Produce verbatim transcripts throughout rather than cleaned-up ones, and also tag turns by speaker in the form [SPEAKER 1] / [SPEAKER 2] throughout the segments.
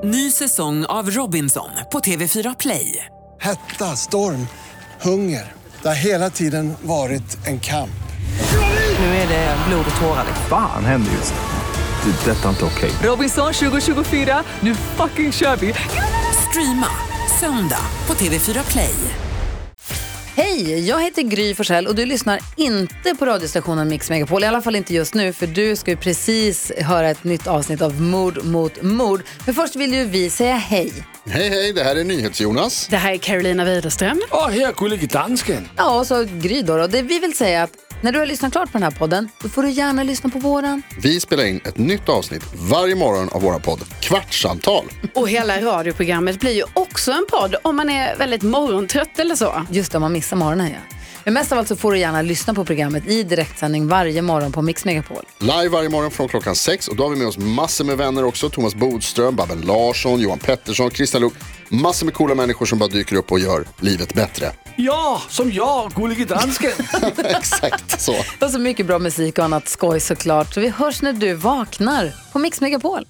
[SPEAKER 1] Ny säsong av Robinson på T V fyra Play.
[SPEAKER 2] Hetta, storm, hunger. Det har hela tiden varit en kamp.
[SPEAKER 1] Nu är det blod och tårar.
[SPEAKER 3] Fan händer just det. Det är detta inte okej.
[SPEAKER 1] Robinson tjugo tjugofyra, nu fucking kör vi. Streama söndag på T V fyra Play.
[SPEAKER 4] Hej, jag heter Gry Forssell och du lyssnar inte på radiostationen Mix Megapol. I alla fall inte just nu, för du ska ju precis höra ett nytt avsnitt av Mord mot mord. Men först vill ju vi säga hej.
[SPEAKER 5] Hej, hej, det här är NyhetsJonas.
[SPEAKER 6] Det här är Carolina Widerström.
[SPEAKER 7] Och här är Gullige Dansken.
[SPEAKER 4] Ja, och så Gry då, då. Det vi vill säga att när du har lyssnat klart på den här podden, då får du gärna lyssna på våran.
[SPEAKER 5] Vi spelar in ett nytt avsnitt varje morgon av våra podd Kvartsamtal.
[SPEAKER 6] Och hela radioprogrammet blir ju också en podd om man är väldigt morgontrött eller så.
[SPEAKER 4] Just det, om man missar morgonen, ja. Men mest av allt så får du gärna lyssna på programmet i direktsändning varje morgon på Mix Megapol.
[SPEAKER 5] Live varje morgon från klockan sex. Och då har vi med oss massor med vänner också. Thomas Bodström, Babben Larsson, Johan Pettersson, Christian Luuk. Massor med coola människor som bara dyker upp och gör livet bättre.
[SPEAKER 7] Ja, som jag, Gullige Dansken.
[SPEAKER 5] Exakt så.
[SPEAKER 4] Och så mycket bra musik och annat skoj såklart. Så vi hörs när du vaknar på Mix Megapol.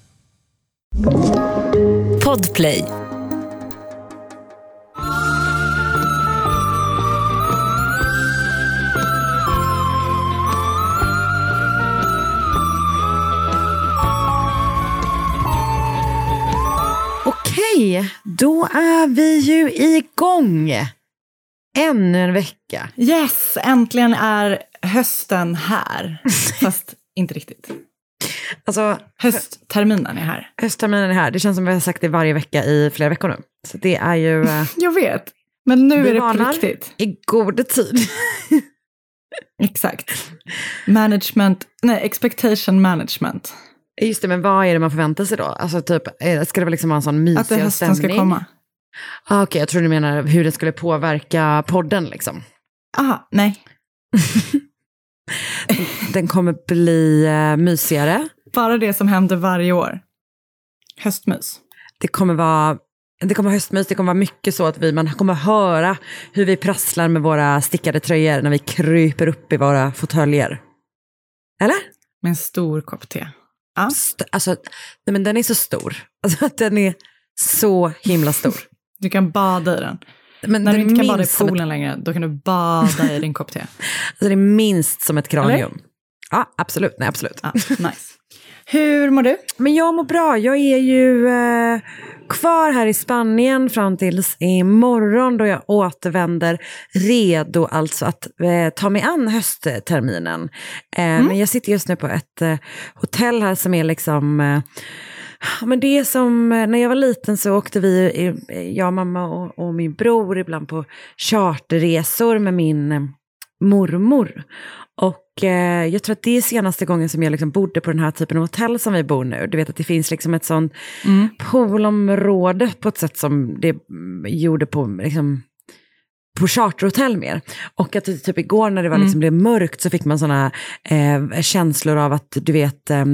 [SPEAKER 1] Podplay.
[SPEAKER 8] Okej, då är vi ju igång. Ännu en vecka.
[SPEAKER 9] Yes, äntligen är hösten här. Fast inte riktigt.
[SPEAKER 8] Alltså,
[SPEAKER 9] höstterminen är här.
[SPEAKER 8] Höstterminen är här. Det känns som vi har sagt det varje vecka i flera veckor nu. Så det är ju...
[SPEAKER 9] Jag vet, men nu är det på riktigt.
[SPEAKER 8] I god tid.
[SPEAKER 9] Exakt. Management, nej, expectation management.
[SPEAKER 8] Just det, men vad är det man förväntar sig då? Alltså typ, ska det vara liksom en sån mysiga stämning? Att hösten
[SPEAKER 9] ska komma.
[SPEAKER 8] Ah, Okej, okay, jag tror du menar hur det skulle påverka podden liksom.
[SPEAKER 9] Aha, nej.
[SPEAKER 8] Den kommer bli uh, mysigare.
[SPEAKER 9] Bara det som händer varje år. Höstmys.
[SPEAKER 8] Det kommer vara... Det kommer höstmys, det kommer vara mycket så att vi, man kommer höra hur vi prasslar med våra stickade tröjor när vi kryper upp i våra fåtöljer. Eller?
[SPEAKER 9] Med en stor kopp te. Ja.
[SPEAKER 8] St- alltså, nej men den är så stor. Alltså den är så himla stor.
[SPEAKER 9] Du kan bada i den.
[SPEAKER 8] Men
[SPEAKER 9] när du inte kan bada i poolen
[SPEAKER 8] ett...
[SPEAKER 9] längre, då kan du bada i din kopp te.
[SPEAKER 8] Alltså det är minst som ett kranium.
[SPEAKER 9] Eller?
[SPEAKER 8] Ja, absolut. Nej, absolut.
[SPEAKER 9] Ja, nice. Hur mår du?
[SPEAKER 8] Men jag mår bra. Jag är ju eh, kvar här i Spanien fram tills imorgon då jag återvänder redo alltså att eh, ta mig an höstterminen. Eh, mm. Men jag sitter just nu på ett eh, hotell här som är liksom... Eh, men det är som, när jag var liten så åkte vi, jag, mamma och, och min bror ibland på charterresor med min eh, mormor. Och eh, jag tror att det är senaste gången som jag liksom bodde på den här typen av hotell som vi bor nu. Du vet att det finns liksom ett sånt mm. poolområde på ett sätt som det gjorde på, liksom, på charterhotell mer. Och att typ igår när det var, liksom, mm. blev mörkt så fick man såna eh, känslor av att du vet... Eh,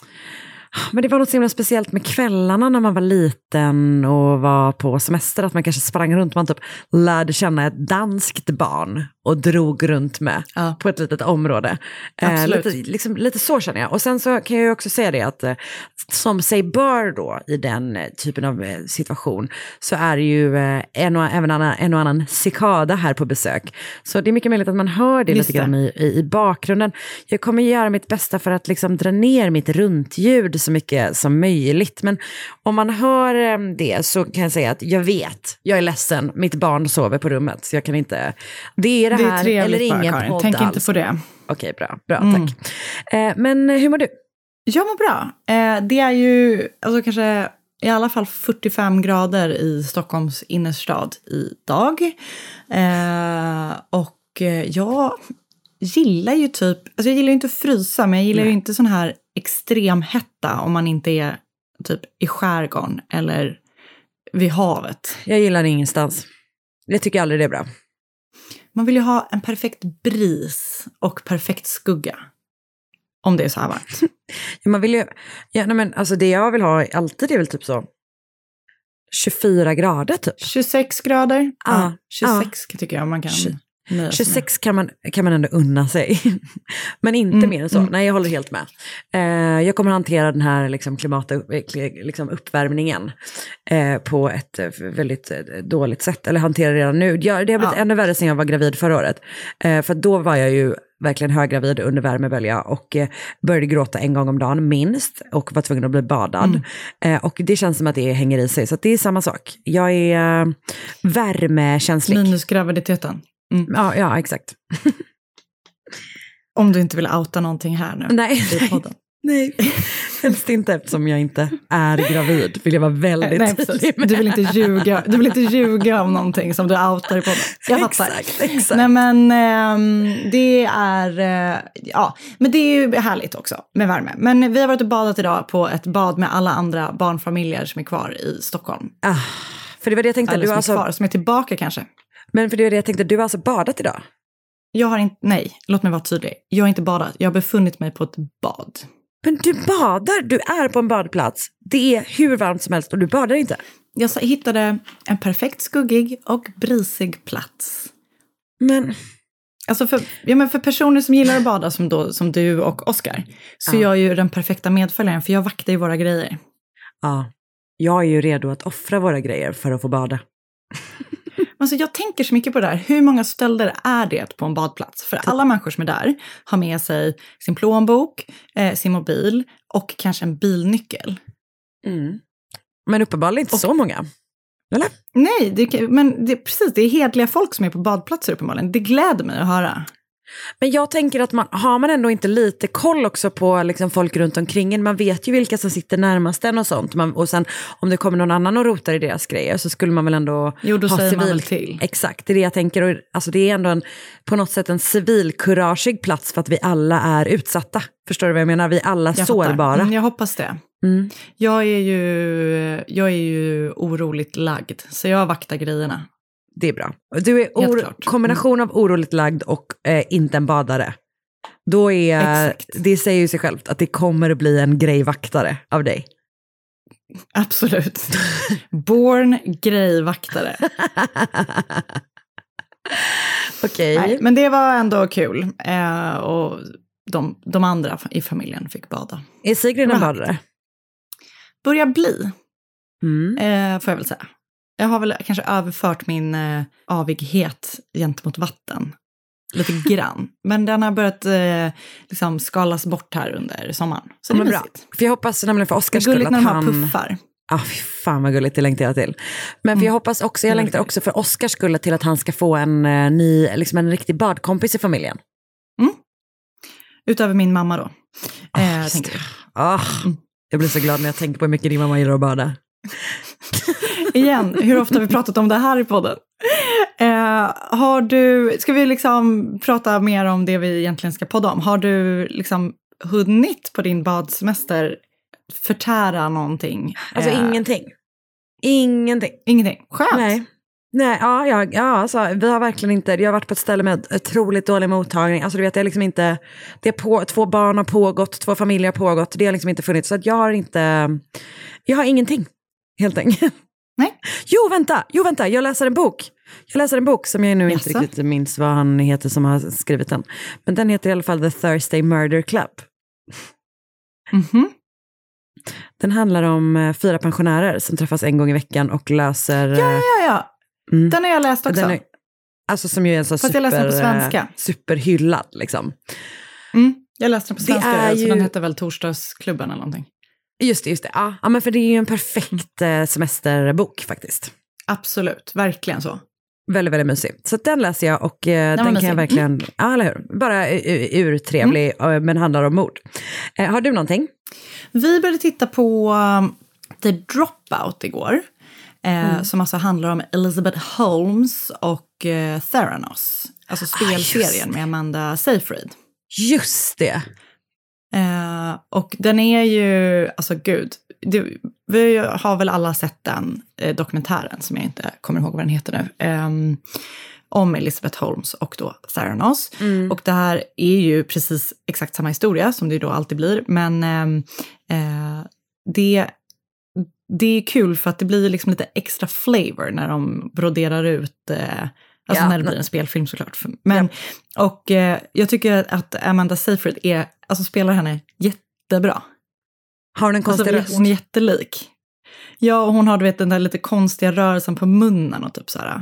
[SPEAKER 8] Men det var något så himla speciellt med kvällarna när man var liten och var på semester, att man kanske sprang runt, man typ lärde känna ett danskt barn och drog runt med ja. På ett litet område. Eh, lite, liksom, lite så känner jag. Och sen så kan jag ju också säga det att eh, som sig bör då i den eh, typen av eh, situation så är det ju eh, en, och, även annan, en och annan cikada här på besök. Så det är mycket möjligt att man hör det Just lite grann i, i, i bakgrunden. Jag kommer göra mitt bästa för att liksom dra ner mitt runtljud så mycket som möjligt. Men om man hör eh, det så kan jag säga att jag vet, jag är ledsen, mitt barn sover på rummet så jag kan inte, det är det, det är här eller ingen bara, podd
[SPEAKER 9] tänk
[SPEAKER 8] alls.
[SPEAKER 9] Inte på det.
[SPEAKER 8] Okej, bra, bra mm. tack. Eh, men hur mår du?
[SPEAKER 9] Jag mår bra. Eh, det är ju alltså kanske i alla fall fyrtiofem grader i Stockholms innerstad idag. Eh, och jag gillar ju typ, alltså jag gillar ju inte att frysa, men jag gillar Nej. ju inte sån här extrem hetta om man inte är typ i skärgården eller vid havet.
[SPEAKER 8] Jag gillar det ingenstans. Jag tycker aldrig det är bra.
[SPEAKER 9] Man vill ju ha en perfekt bris och perfekt skugga. Om det är så här varmt.
[SPEAKER 8] Ja, man vill ju, ja, nej, men alltså det jag vill ha alltid är väl typ så tjugofyra grader typ.
[SPEAKER 9] tjugosex grader.
[SPEAKER 8] Ah,
[SPEAKER 9] ja, tjugosex ah. tycker jag man kan. nöja sig
[SPEAKER 8] tjugosex kan man, kan man ändå unna sig. Men inte
[SPEAKER 9] Mm,
[SPEAKER 8] mer än så.
[SPEAKER 9] mm.
[SPEAKER 8] Nej, jag håller helt med. Eh, jag kommer hantera den här liksom, klimat, liksom, uppvärmningen eh, på ett eh, väldigt eh, dåligt sätt. Eller hantera det redan nu. Jag, det har blivit
[SPEAKER 9] Ja.
[SPEAKER 8] ännu värre sen jag var gravid förra året. Eh, för då var jag ju verkligen höggravid under värmebölja och eh, började gråta en gång om dagen minst och var tvungen att bli badad.
[SPEAKER 9] Mm.
[SPEAKER 8] Eh, och det känns som att det hänger i sig. Så att det är samma sak. Jag är eh, värmekänslig.
[SPEAKER 9] Minus graviditeten. Mm.
[SPEAKER 8] Ja, ja, exakt.
[SPEAKER 9] Om du inte vill outa någonting här nu
[SPEAKER 8] Nej,
[SPEAKER 9] i podden.
[SPEAKER 8] nej, helst inte eftersom jag inte är gravid. Vill jag vara väldigt
[SPEAKER 9] Nej,
[SPEAKER 8] tydlig med.
[SPEAKER 9] du vill inte ljuga. Du vill inte ljuga om någonting som du outar i podden. Jag fattar.
[SPEAKER 8] Exakt, exakt.
[SPEAKER 9] Nej, men ehm, det är eh, ja, men det är ju härligt också med värme. Men vi har varit och badat idag på ett bad med alla andra barnfamiljer som är kvar i Stockholm.
[SPEAKER 8] Ah, för det var det jag tänkte.
[SPEAKER 9] Eller
[SPEAKER 8] Du
[SPEAKER 9] som
[SPEAKER 8] har
[SPEAKER 9] är
[SPEAKER 8] alltså,
[SPEAKER 9] kvar, som är tillbaka kanske.
[SPEAKER 8] men för det var det jag tänkte. Du har alltså badat idag?
[SPEAKER 9] Jag har inte, nej, låt mig vara tydlig. Jag har inte badat, jag har befunnit mig på ett bad.
[SPEAKER 8] Men du badar, du är på en badplats. Det är hur varmt som helst och du badar inte.
[SPEAKER 9] Jag sa- hittade en perfekt skuggig och brisig plats.
[SPEAKER 8] Men
[SPEAKER 9] Alltså för, ja, men för personer som gillar att bada som, då, som du och Oscar så
[SPEAKER 8] Ja.
[SPEAKER 9] är jag ju den perfekta medföljaren för jag vaktar ju våra grejer.
[SPEAKER 8] ja, jag är ju redo att offra våra grejer för att få bada.
[SPEAKER 9] Alltså jag tänker så mycket på det där. Hur många stölder är det på en badplats? För alla människor som är där har med sig sin plånbok, eh, sin mobil och kanske en bilnyckel.
[SPEAKER 8] Mm. Men uppenbarligen inte
[SPEAKER 9] Och-
[SPEAKER 8] så många. Eller?
[SPEAKER 9] Nej, det, men det, precis, det är hedliga folk som är på badplatser uppenbarligen. Det gläder mig att höra.
[SPEAKER 8] Men jag tänker att man har man ändå inte lite koll också på liksom folk runt omkring en. Man vet ju vilka som sitter närmast en och sånt. Man, och sen om det kommer någon annan och rotar i deras grejer så skulle man väl ändå
[SPEAKER 9] Jo, då
[SPEAKER 8] ha
[SPEAKER 9] säger man
[SPEAKER 8] civil...
[SPEAKER 9] väl till.
[SPEAKER 8] Exakt, det är det jag tänker. Och, alltså, det är ändå en, på något sätt en civilkuragig plats för att vi alla är utsatta. Förstår du vad jag menar? Vi är alla
[SPEAKER 9] Jag
[SPEAKER 8] sårbara.
[SPEAKER 9] fattar. Mm, jag hoppas det.
[SPEAKER 8] Mm.
[SPEAKER 9] Jag är ju, jag är ju oroligt lagd, så jag vaktar grejerna.
[SPEAKER 8] Det är bra. Du är
[SPEAKER 9] Helt
[SPEAKER 8] or-
[SPEAKER 9] klart.
[SPEAKER 8] kombination av oroligt lagd och eh, inte en badare. Då är,
[SPEAKER 9] Exakt.
[SPEAKER 8] det säger ju sig självt att det kommer att bli en grejvaktare av dig.
[SPEAKER 9] Absolut. Born grejvaktare.
[SPEAKER 8] Okej.
[SPEAKER 9] Nej, men det var ändå kul. Eh, och de, de andra i familjen fick bada.
[SPEAKER 8] Är Sigrid en
[SPEAKER 9] Va?
[SPEAKER 8] badare?
[SPEAKER 9] Börjar bli,
[SPEAKER 8] Mm.
[SPEAKER 9] eh, får jag väl säga. Jag har väl kanske överfört min eh, avighet gentemot vatten. Lite grann. Men den har börjat eh, liksom skalas bort här under sommaren. Så det är
[SPEAKER 8] Men bra.
[SPEAKER 9] mysigt.
[SPEAKER 8] För jag hoppas nämligen för
[SPEAKER 9] Det
[SPEAKER 8] Oscars
[SPEAKER 9] är
[SPEAKER 8] skull
[SPEAKER 9] gulligt
[SPEAKER 8] att
[SPEAKER 9] när de har
[SPEAKER 8] han...
[SPEAKER 9] puffar.
[SPEAKER 8] Ah, fy fan vad gulligt, det längtar jag till. Men för jag hoppas också, jag
[SPEAKER 9] Det är
[SPEAKER 8] längtar
[SPEAKER 9] väldigt
[SPEAKER 8] också för Oscars skull till att han ska få en eh, ny, liksom en riktig badkompis i familjen.
[SPEAKER 9] Utöver min mamma då. Eh,
[SPEAKER 8] just
[SPEAKER 9] tänker jag.
[SPEAKER 8] Ah, jag blir så glad när jag tänker på hur mycket din mamma gillar att bada.
[SPEAKER 9] Igen, hur ofta har vi pratat om det här i podden? Eh, har du, ska vi liksom prata mer om det vi egentligen ska podda om? Har du liksom hunnit på din badsemester förtära någonting?
[SPEAKER 8] Alltså
[SPEAKER 9] Eh,
[SPEAKER 8] ingenting. Ingenting.
[SPEAKER 9] Ingenting? Skönt.
[SPEAKER 8] Nej. Nej, ja, ja, ja alltså, vi har verkligen inte, jag har varit på ett ställe med otroligt dålig mottagning, alltså du vet, det är liksom inte, det är på, två barn har pågått, två familjer har pågått, det har liksom inte funnits, så att jag har inte, jag har ingenting, helt enkelt.
[SPEAKER 9] Nej.
[SPEAKER 8] Jo, vänta, jo, vänta, jag läser en bok, jag läser en bok som jag nu inte
[SPEAKER 9] Jaså?
[SPEAKER 8] riktigt minns vad han heter som har skrivit den, men den heter i alla fall The Thursday Murder Club.
[SPEAKER 9] Mhm.
[SPEAKER 8] Den handlar om eh, fyra pensionärer som träffas en gång i veckan och löser...
[SPEAKER 9] Ja, ja, ja.
[SPEAKER 8] Mm.
[SPEAKER 9] Den har jag läst också.
[SPEAKER 8] Den är, alltså som ju är en så
[SPEAKER 9] Fast jag läste den på
[SPEAKER 8] super,
[SPEAKER 9] svenska.
[SPEAKER 8] eh, superhyllad liksom.
[SPEAKER 9] Mm. Jag läste den på
[SPEAKER 8] Det
[SPEAKER 9] svenska,
[SPEAKER 8] är
[SPEAKER 9] så
[SPEAKER 8] ju-
[SPEAKER 9] den hette väl Torsdagsklubben eller någonting.
[SPEAKER 8] Just det, just det. Ja, ja, men för det är ju en perfekt eh, semesterbok faktiskt.
[SPEAKER 9] Absolut, verkligen så.
[SPEAKER 8] Väldigt, väldigt mysig. Så att den läser jag och eh,
[SPEAKER 9] var
[SPEAKER 8] den kan
[SPEAKER 9] mysig.
[SPEAKER 8] jag verkligen, ja, eller hur? Bara ur, urtrevlig, mm. men handlar om mord. Eh, har du någonting?
[SPEAKER 9] Vi började titta på um, The Dropout igår. Eh,
[SPEAKER 8] Mm.
[SPEAKER 9] Som alltså handlar om Elizabeth Holmes och eh, Theranos. Alltså spelserien med Amanda Seyfried.
[SPEAKER 8] Just det.
[SPEAKER 9] Eh, och den är ju, alltså gud, det, vi har väl alla sett den eh, dokumentären som jag inte kommer ihåg vad den heter nu. Eh, om Elizabeth Holmes och då Theranos.
[SPEAKER 8] Mm.
[SPEAKER 9] Och det här är ju precis exakt samma historia som det då alltid blir. Men eh, eh, det, det är kul för att det blir liksom lite extra flavor när de broderar ut eh, Alltså
[SPEAKER 4] Ja,
[SPEAKER 9] när det blir en spelfilm såklart. Men, och eh, jag tycker att Amanda Seyfried är, alltså spelar henne jättebra.
[SPEAKER 8] Har hon en konstig
[SPEAKER 9] alltså,
[SPEAKER 8] röst?
[SPEAKER 9] Hon är jättelik. Ja, och hon har, du vet, den där lite konstiga rörelsen på munnen och typ så här.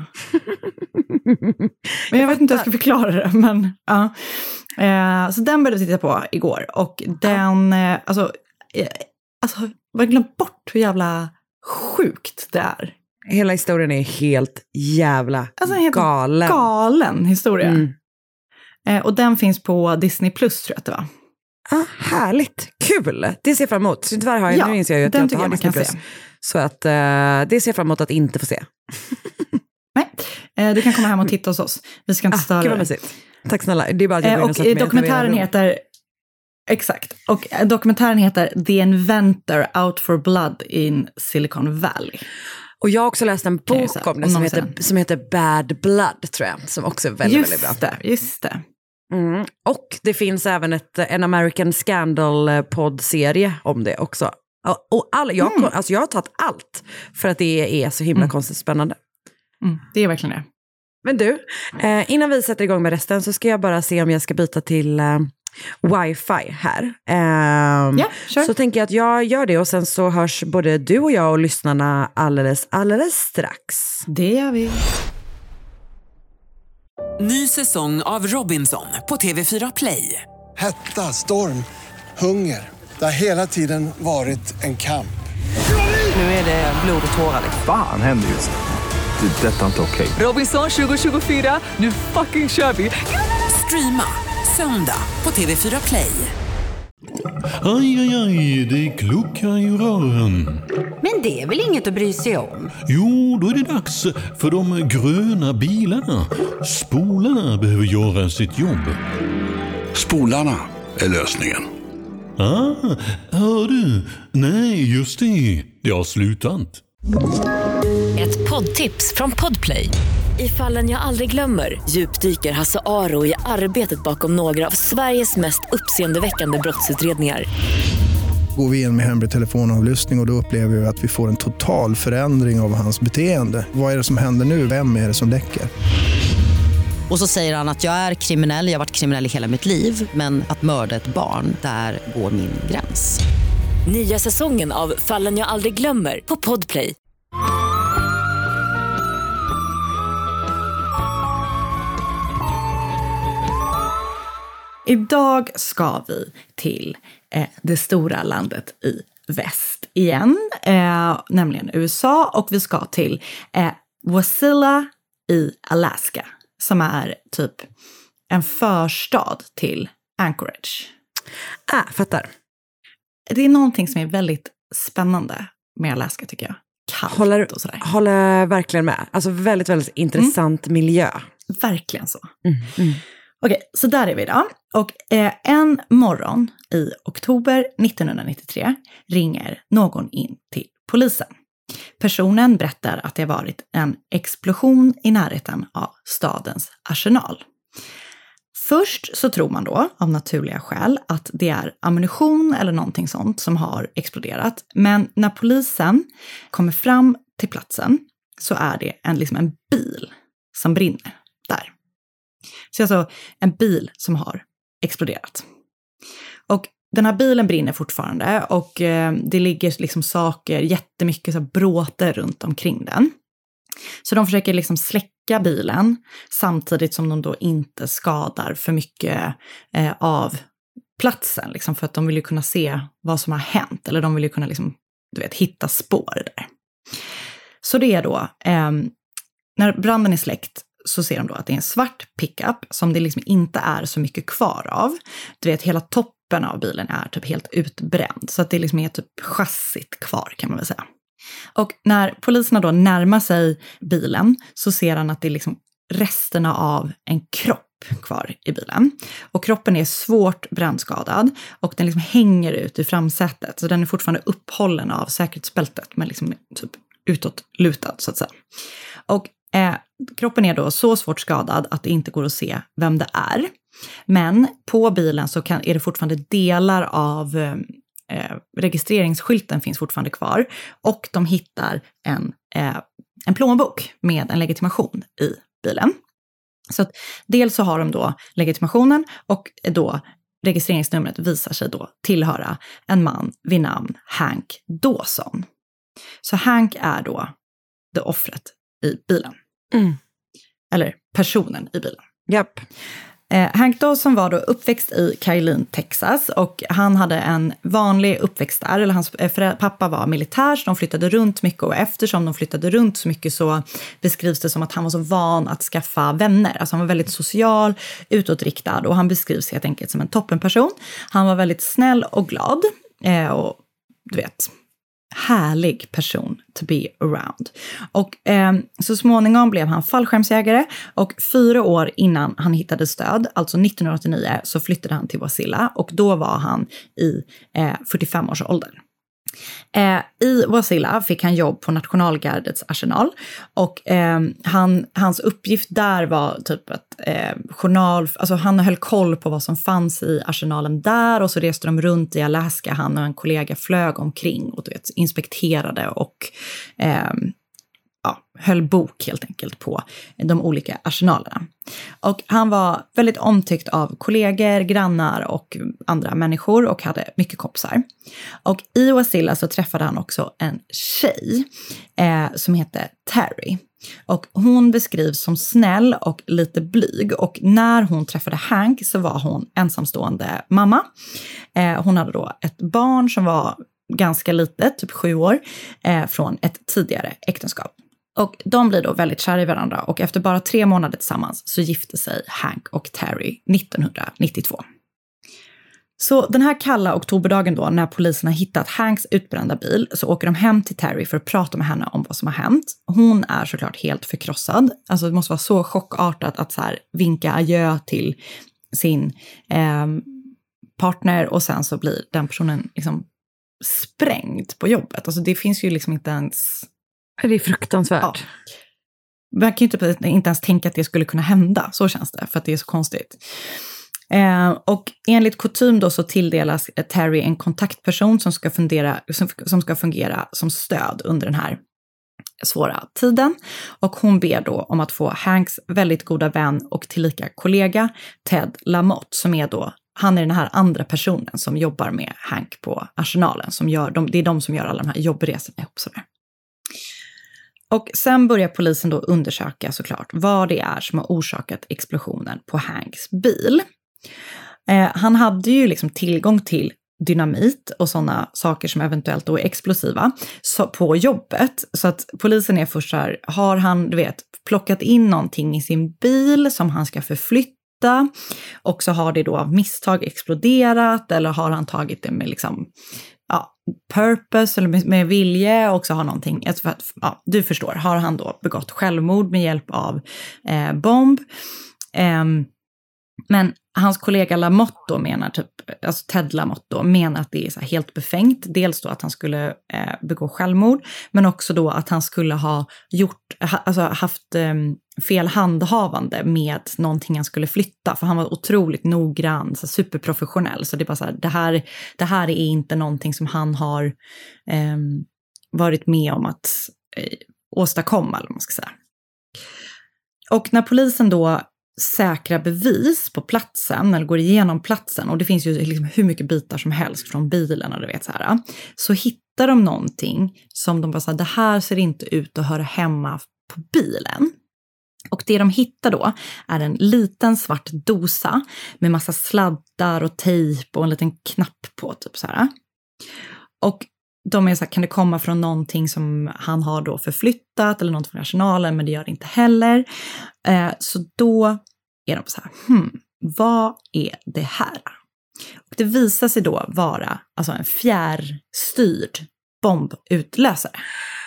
[SPEAKER 9] Men jag vet inte hur jag ska förklara det, men ja. Eh, så den började vi titta på igår. Och den, eh, alltså, eh, alltså, jag har glömt bort hur jävla sjukt det är.
[SPEAKER 8] Hela historien är helt jävla
[SPEAKER 9] alltså, en helt
[SPEAKER 8] galen.
[SPEAKER 9] galen historia. Mm. Eh, och den finns på Disney Plus, tror jag att det var.
[SPEAKER 8] Ah, härligt, kul. Det ser jag fram emot. Så tyvärr har jag,
[SPEAKER 9] ja,
[SPEAKER 8] nu inser jag ju att jag inte har Disney Plus.
[SPEAKER 9] Se.
[SPEAKER 8] Så att uh, det ser jag fram emot att inte få se.
[SPEAKER 9] Nej, eh, du kan komma hem och titta hos oss. Vi ska inte störa
[SPEAKER 8] ah,
[SPEAKER 9] dig.
[SPEAKER 8] Tack snälla. Det är bara att jag
[SPEAKER 9] eh, och
[SPEAKER 8] och
[SPEAKER 9] dokumentären heter... Exakt. Och dokumentären heter The Inventor Out for Blood in Silicon Valley.
[SPEAKER 8] Och jag har också läst en bok säga, om det som heter, som heter Bad Blood, tror jag. Som också är väldigt,
[SPEAKER 9] just
[SPEAKER 8] väldigt bra.
[SPEAKER 9] Det, just det.
[SPEAKER 8] Mm. Och det finns även ett, en American Scandal-podd-serie om det också. Och all, jag, mm. alltså jag har tagit allt för att det är så himla mm. konstigt spännande.
[SPEAKER 9] Mm. Det är verkligen det.
[SPEAKER 8] Men du, eh, innan vi sätter igång med resten så ska jag bara se om jag ska byta till eh, wifi här. Eh,
[SPEAKER 9] yeah, sure.
[SPEAKER 8] Så tänker jag att jag gör det och sen så hörs både du och jag och lyssnarna alldeles, alldeles strax.
[SPEAKER 9] Det gör vi.
[SPEAKER 1] Ny säsong av Robinson på T V fyra Play.
[SPEAKER 2] Hetta, storm, hunger. Det har hela tiden varit en kamp.
[SPEAKER 1] Nu är det blod och tårar.
[SPEAKER 3] Fan händer just det. Det är detta inte okej.
[SPEAKER 1] Okay. Robinson tjugo tjugofyra, nu fucking kör vi. Streama söndag på T V fyra Play.
[SPEAKER 10] Aj, aj, aj, det kluckar i rören.
[SPEAKER 11] Men det är väl inget att bry sig om?
[SPEAKER 10] Jo, då är det dags för de gröna bilarna. Spolarna behöver göra sitt jobb.
[SPEAKER 12] Spolarna är lösningen.
[SPEAKER 10] Ah, hör du? Nej, just det. Det har slutat.
[SPEAKER 13] Ett poddtips från Podplay. I Fallen jag aldrig glömmer djupdyker Hasse Aro i arbetet bakom några av Sveriges mest uppseendeväckande brottsutredningar.
[SPEAKER 14] Går vi in med hemlig telefonavlyssning och då upplever vi att vi får en total förändring av hans beteende. Vad är det som händer nu? Vem är det som läcker?
[SPEAKER 15] Och så säger han att jag är kriminell, jag har varit kriminell i hela mitt liv. Men att mörda ett barn, där går min gräns.
[SPEAKER 13] Nya säsongen av Fallen jag aldrig glömmer på Podplay.
[SPEAKER 9] Idag ska vi till eh, det stora landet i väst igen, eh, nämligen U S A. Och vi ska till eh, Wasilla i Alaska, som är typ en förstad till Anchorage.
[SPEAKER 8] Ah, fattar.
[SPEAKER 9] Det är någonting som är väldigt spännande med Alaska, tycker jag. Kallt
[SPEAKER 8] håller,
[SPEAKER 9] och sådär.
[SPEAKER 8] Håller verkligen med. Alltså väldigt, väldigt intressant mm. miljö.
[SPEAKER 9] Verkligen så.
[SPEAKER 8] Mm. Mm.
[SPEAKER 9] Okej, så där är vi då. Och eh, en morgon i oktober nittonhundranittiotre ringer någon in till polisen. Personen berättar att det har varit en explosion i närheten av stadens arsenal. Först så tror man då, av naturliga skäl, att det är ammunition eller någonting sånt som har exploderat. Men när polisen kommer fram till platsen så är det en, liksom en bil som brinner där. Så alltså en bil som har exploderat. Och den här bilen brinner fortfarande och eh, det ligger liksom saker, jättemycket så bråte runt omkring den. Så de försöker liksom släcka bilen samtidigt som de då inte skadar för mycket eh, av platsen. Liksom, för att de vill ju kunna se vad som har hänt. Eller de vill ju kunna liksom, du vet, hitta spår där. Så det är då, eh, när branden är släckt så ser de då att det är en svart pickup som det liksom inte är så mycket kvar av. Du vet, hela toppen av bilen är typ helt utbränd. Så att det liksom är typ chassit kvar, kan man väl säga. Och när poliserna då närmar sig bilen så ser han att det är liksom resterna av en kropp kvar i bilen. Och kroppen är svårt brännskadad och den liksom hänger ut i framsätet. Så den är fortfarande upphållen av säkerhetsbältet men liksom typ utåt lutad, så att säga. Och eh, kroppen är då så svårt skadad att det inte går att se vem det är. Men på bilen så kan, är det fortfarande delar av eh, Eh, registreringsskylten finns fortfarande kvar och de hittar en, eh, en plånbok med en legitimation i bilen. Så att dels så har de då legitimationen och då registreringsnumret visar sig då tillhöra en man vid namn Hank Dawson. Så Hank är då det offret i bilen.
[SPEAKER 8] Mm.
[SPEAKER 9] Eller personen i bilen.
[SPEAKER 8] Japp.
[SPEAKER 9] Eh, Hank Dawson var då uppväxt i Kailin, Texas, och han hade en vanlig uppväxt där. Eller hans eh, pappa var militär, så de flyttade runt mycket, och eftersom de flyttade runt så mycket så beskrivs det som att han var så van att skaffa vänner. Alltså han var väldigt social, utåtriktad, och han beskrivs helt enkelt som en toppenperson. Han var väldigt snäll och glad eh, och du vet... härlig person to be around. Och eh, så småningom blev han fallskärmsjägare, och fyra år innan han hittade stöd, alltså nittonhundraåttionio, så flyttade han till Wasilla, och då var han i eh, fyrtiofem års åldern. Eh, I Wasilla fick han jobb på Nationalgardets arsenal, och eh, han, hans uppgift där var typ att eh, journal, alltså han höll koll på vad som fanns i arsenalen där, och så reste de runt i Alaska, han och en kollega flög omkring och du vet, inspekterade och eh, ja, höll bok helt enkelt på de olika arsenalerna. Och han var väldigt omtyckt av kollegor, grannar och andra människor, och hade mycket kompisar. Och i Wasilla så träffade han också en tjej eh, som heter Terry. Och hon beskrivs som snäll och lite blyg, och när hon träffade Hank så var hon ensamstående mamma. Eh, hon hade då ett barn som var ganska litet, typ sju år, eh, från ett tidigare äktenskap. Och de blir då väldigt kära i varandra, och efter bara tre månader tillsammans så gifte sig Hank och Terry nittonhundranittiotvå. Så den här kalla oktoberdagen då, när polisen har hittat Hanks utbrända bil, så åker de hem till Terry för att prata med henne om vad som har hänt. Hon är såklart helt förkrossad. Alltså det måste vara så chockartat att så här vinka adjö till sin eh, partner, och sen så blir den personen liksom sprängd på jobbet. Alltså det finns ju liksom inte ens...
[SPEAKER 8] Det är fruktansvärt. Ja.
[SPEAKER 9] Man kan ju inte, inte ens tänka att det skulle kunna hända. Så känns det, för att det är så konstigt. Eh, och enligt kutym då så tilldelas Terry en kontaktperson som ska, fundera, som, som ska fungera som stöd under den här svåra tiden. Och hon ber då om att få Hanks väldigt goda vän och tillika kollega Ted Lamotte, som är då, han är den här andra personen som jobbar med Hank på arsenalen. Som gör, de, det är de som gör alla de här jobbresorna ihop sådär. Och sen börjar polisen då undersöka såklart vad det är som har orsakat explosionen på Hanks bil. Eh, han hade ju liksom tillgång till dynamit och sådana saker som eventuellt då är explosiva så på jobbet. Så att polisen är först så här, har han, du vet, plockat in någonting i sin bil som han ska förflytta, och så har det då av misstag exploderat, eller har han tagit det med liksom... ja, purpose eller med, med vilje, och så har någonting, för att, ja, du förstår, har han då begått självmord med hjälp av eh, bomb. Eh, men hans kollega Lamotte då menar typ, alltså Ted Lamotte då menar att det är så här helt befängt. Dels då att han skulle eh, begå självmord, men också då att han skulle ha gjort, ha, alltså haft eh, fel handhavande med någonting han skulle flytta. För han var otroligt noggrann, så superprofessionell. Så det är bara så här, det här, det här är inte någonting som han har eh, varit med om att eh, åstadkomma, eller vad man ska säga. Och när polisen då säkra bevis på platsen, eller går igenom platsen, och det finns ju liksom hur mycket bitar som helst från bilen, och du vet så här, så hittar de någonting som de bara säger, det här ser inte ut att höra hemma på bilen. Och det de hittar då är en liten svart dosa med massa sladdar och tejp och en liten knapp på typ så här. Och de är så här, kan det komma från någonting som han har då förflyttat eller något från arsenalen, men det gör det inte heller. Eh, så då är de så här, hmm, vad är det här? Och det visar sig då vara alltså en fjärrstyrd bombutlösare.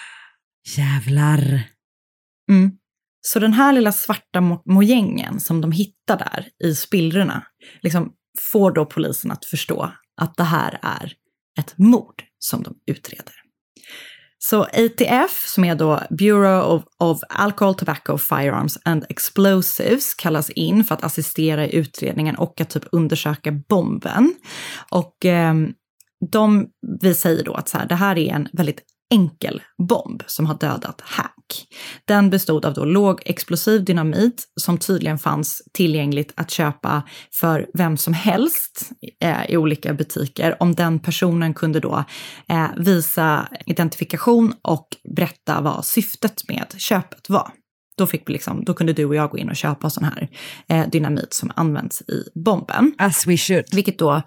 [SPEAKER 8] Jävlar.
[SPEAKER 9] Mm. Så den här lilla svarta mo- mojängen som de hittar där i spillrorna liksom får då polisen att förstå att det här är ett mord som de utreder. Så A T F, som är då Bureau of, of Alcohol, Tobacco, Firearms and Explosives, kallas in för att assistera i utredningen och att typ undersöka bomben. Och eh, de, vi säger då att så här, det här är en väldigt enkel bomb som har dödat Hank. Den bestod av då lågexplosiv dynamit som tydligen fanns tillgängligt att köpa för vem som helst eh, i olika butiker. Om den personen kunde då eh, visa identifikation och berätta vad syftet med köpet var. Då, fick vi liksom, då kunde du och jag gå in och köpa sån här eh, dynamit som används i bomben.
[SPEAKER 8] As we should.
[SPEAKER 9] Vilket då...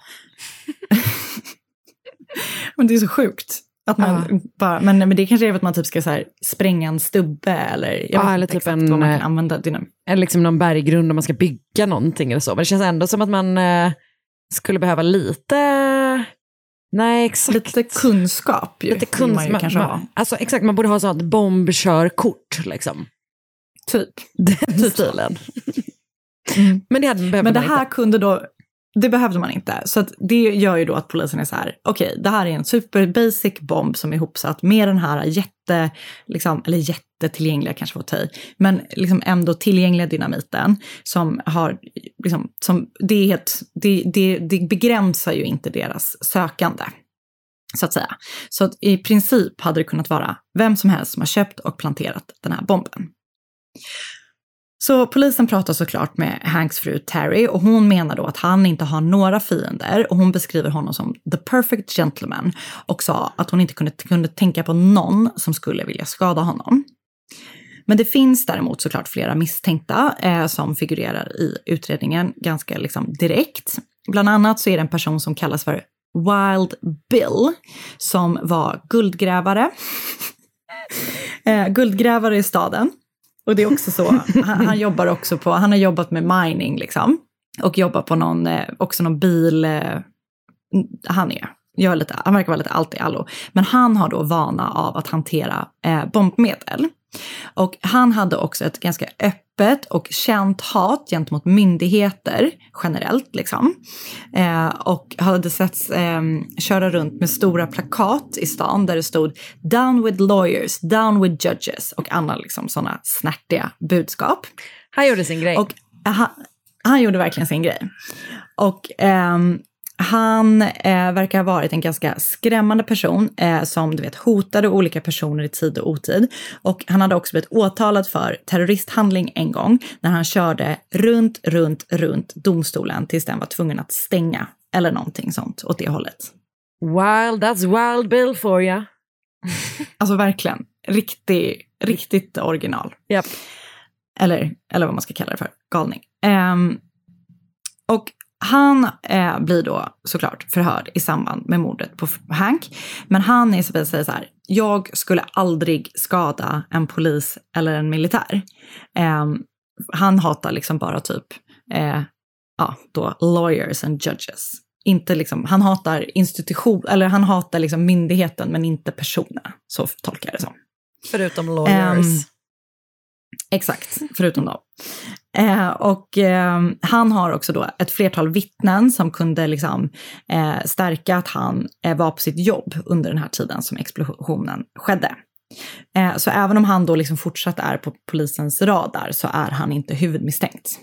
[SPEAKER 9] men det är så sjukt. Att man uh. bara, men, men det kanske är att man typ ska så här, spränga en stubbe eller, jag
[SPEAKER 8] ja,
[SPEAKER 9] vet
[SPEAKER 8] eller
[SPEAKER 9] inte
[SPEAKER 8] typ
[SPEAKER 9] exakt
[SPEAKER 8] en,
[SPEAKER 9] vad man kan använda dynamit.
[SPEAKER 8] Eller liksom någon berggrund om man ska bygga någonting eller så. Men det känns ändå som att man eh, skulle behöva lite... Nej, exakt.
[SPEAKER 9] Lite kunskap ju.
[SPEAKER 8] Lite kunskap.
[SPEAKER 9] kanske
[SPEAKER 8] man,
[SPEAKER 9] ha.
[SPEAKER 8] Alltså exakt, man borde ha sånt bombkörkort liksom.
[SPEAKER 9] Typ.
[SPEAKER 8] Den
[SPEAKER 9] typ
[SPEAKER 8] stilen.
[SPEAKER 9] Mm.
[SPEAKER 8] Men det, hade,
[SPEAKER 9] Men det här
[SPEAKER 8] inte.
[SPEAKER 9] kunde då... Det behövde man inte. Så att det gör ju då att polisen är så här, okej, okay, det här är en super basic bomb som är ihopsatt med den här jätte, liksom, eller jättetillgängliga kanske var tej, men liksom ändå tillgängliga dynamiten som har, liksom, som, det, är helt, det, det, det begränsar ju inte deras sökande, så att säga. Så att i princip hade det kunnat vara vem som helst som har köpt och planterat den här bomben. Så polisen pratar såklart med Hanks fru Terry och hon menar då att han inte har några fiender och hon beskriver honom som the perfect gentleman och sa att hon inte kunde, kunde tänka på någon som skulle vilja skada honom. Men det finns däremot såklart flera misstänkta eh, som figurerar i utredningen ganska liksom direkt. Bland annat så är det en person som kallas för Wild Bill som var guldgrävare. eh, guldgrävare i staden. Och det är också så, han, han jobbar också på, han har jobbat med mining liksom. Och jobbar på någon, eh, också någon bil, eh, han är, gör lite, han verkar vara lite allt i allo. Men han har då vana av att hantera eh, bombmedel. Och han hade också ett ganska öppet och känt hat gentemot myndigheter generellt liksom. Eh, och hade setts eh, köra runt med stora plakat i stan där det stod down with lawyers, down with judges och andra liksom sådana snärtiga budskap.
[SPEAKER 8] Han gjorde sin grej.
[SPEAKER 9] Och han, han gjorde verkligen sin grej. Och ehm, han eh, verkar ha varit en ganska skrämmande person eh, som du vet hotade olika personer i tid och otid. Och han hade också blivit åtalad för terroristhandling en gång när han körde runt, runt, runt domstolen tills den var tvungen att stänga eller någonting sånt åt det hållet.
[SPEAKER 8] Wild, that's Wild Bill for you.
[SPEAKER 9] Alltså verkligen, riktigt, riktigt original.
[SPEAKER 8] Yep.
[SPEAKER 9] Eller, eller vad man ska kalla det för, galning. Um, och han eh, blir då såklart förhörd i samband med mordet på Hank. Men han är så att säga så här, jag skulle aldrig skada en polis eller en militär. Eh, han hatar liksom bara typ, eh, ja då, lawyers and judges. Inte liksom, han hatar institution, eller han hatar liksom myndigheten men inte personerna. Så tolkar jag det som.
[SPEAKER 8] Förutom lawyers.
[SPEAKER 9] Um, Exakt, förutom dem. Eh, och eh, han har också då ett flertal vittnen som kunde liksom, eh, stärka att han eh, var på sitt jobb under den här tiden som explosionen skedde. Eh, så även om han då liksom fortsatt är på polisens radar så är han inte huvudmisstänkt.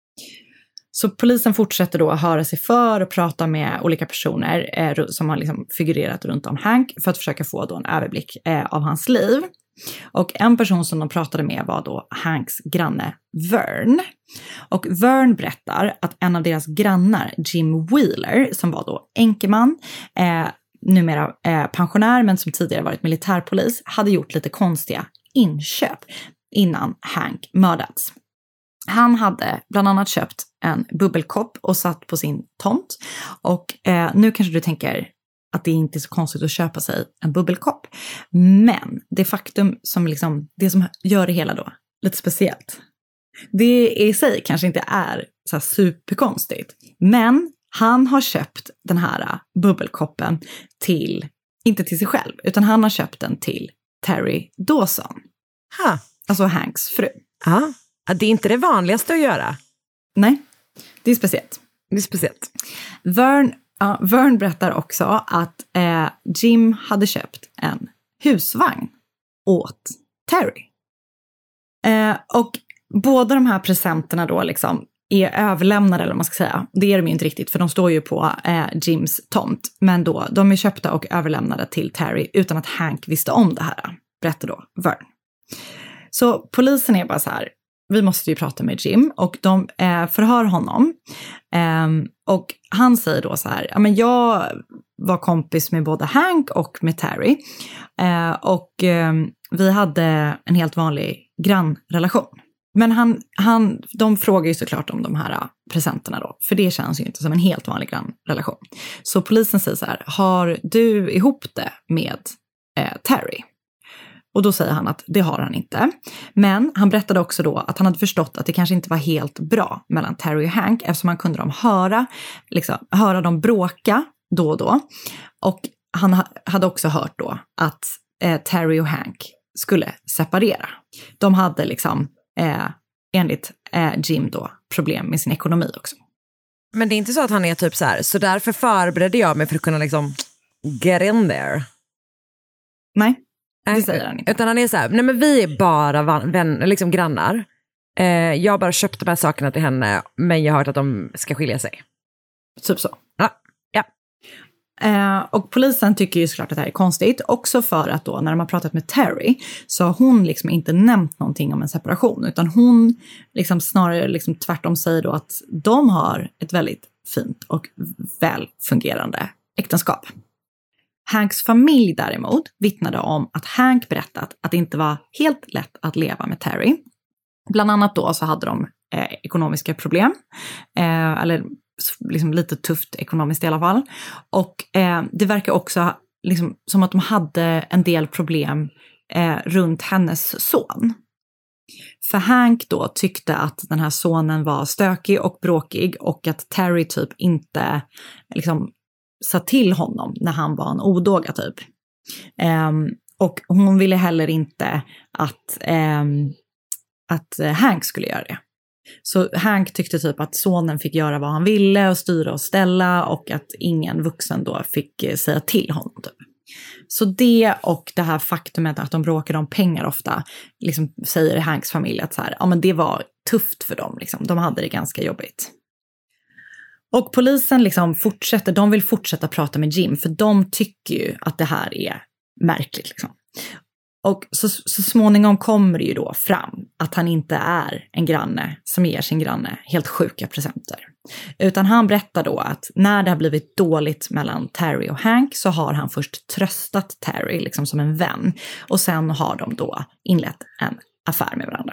[SPEAKER 9] Så polisen fortsätter då att höra sig för och prata med olika personer eh, som har liksom figurerat runt om Hank för att försöka få då en överblick eh, av hans liv. Och en person som de pratade med var då Hanks granne Vern. Och Vern berättar att en av deras grannar, Jim Wheeler, som var då enkeman, eh, numera eh, pensionär men som tidigare varit militärpolis, hade gjort lite konstiga inköp innan Hank mördats. Han hade bland annat köpt en bubbelkopp och satt på sin tomt. Och eh, nu kanske du tänker att det inte är så konstigt att köpa sig en bubbelkopp. Men det faktum som liksom, det som gör det hela då lite speciellt. Det i sig kanske inte är så här superkonstigt. Men han har köpt den här bubbelkoppen till, inte till sig själv, utan han har köpt den till Terry Dawson.
[SPEAKER 8] Ha.
[SPEAKER 9] Alltså Hanks fru.
[SPEAKER 8] Ja, det är inte det vanligaste att göra.
[SPEAKER 9] Nej, det är speciellt.
[SPEAKER 8] Det är speciellt.
[SPEAKER 9] Vern Ja, Vern berättar också att eh, Jim hade köpt en husvagn åt Terry. Eh, och båda de här presenterna då liksom är överlämnade, eller vad man ska säga. Det är de ju inte riktigt, för de står ju på eh, Jims tomt. Men då, de är köpta och överlämnade till Terry utan att Hank visste om det här, berättar då Vern. Så polisen är bara så här, vi måste ju prata med Jim och de eh, förhör honom. Eh, och han säger då så här, ja men jag var kompis med både Hank och med Terry. Eh, och eh, vi hade en helt vanlig grannrelation. Men han, han, de frågar ju såklart om de här presenterna då. För det känns ju inte som en helt vanlig grannrelation. Så polisen säger så här, har du ihop det med eh, Terry? Och då säger han att det har han inte. Men han berättade också då att han hade förstått att det kanske inte var helt bra mellan Terry och Hank. Eftersom han kunde de höra, liksom, höra dem bråka då och då. Och han ha, hade också hört då att eh, Terry och Hank skulle separera. De hade liksom, eh, enligt eh, Jim då, problem med sin ekonomi också.
[SPEAKER 8] Men det är inte så att han är typ så här, så därför förberedde jag mig för att kunna liksom get in there.
[SPEAKER 9] Nej. Det säger han inte.
[SPEAKER 8] Utan han är så här, nej men vi är bara van, vän, liksom grannar. Eh, jag har bara köpt de här sakerna till henne, men jag har hört att de ska skilja sig.
[SPEAKER 9] Typ så.
[SPEAKER 8] Ja. ja.
[SPEAKER 9] Eh, och polisen tycker ju såklart att det här är konstigt. Också för att då, när de har pratat med Terry, så har hon liksom inte nämnt någonting om en separation. Utan hon liksom snarare liksom tvärtom säger då att de har ett väldigt fint och väl fungerande äktenskap. Hanks familj däremot vittnade om att Hank berättat att det inte var helt lätt att leva med Terry. Bland annat då så hade de eh, ekonomiska problem. Eh, eller liksom lite tufft ekonomiskt i alla fall. Och eh, det verkar också liksom, som att de hade en del problem eh, runt hennes son. För Hank då tyckte att den här sonen var stökig och bråkig. Och att Terry typ inte liksom sa till honom när han var en odåga typ. Um, och hon ville heller inte att, um, att Hank skulle göra det. Så Hank tyckte typ att sonen fick göra vad han ville och styra och ställa och att ingen vuxen då fick säga till honom typ. Så det och det här faktumet att de bråkade om pengar ofta liksom säger Hanks familj att så här, ja, men det var tufft för dem. Liksom. De hade det ganska jobbigt. Och polisen liksom fortsätter, de vill fortsätta prata med Jim för de tycker ju att det här är märkligt. Liksom. Och så, så småningom kommer det ju då fram att han inte är en granne som ger sin granne helt sjuka presenter. Utan han berättar då att när det har blivit dåligt mellan Terry och Hank så har han först tröstat Terry liksom som en vän. Och sen har de då inlett en affär med varandra.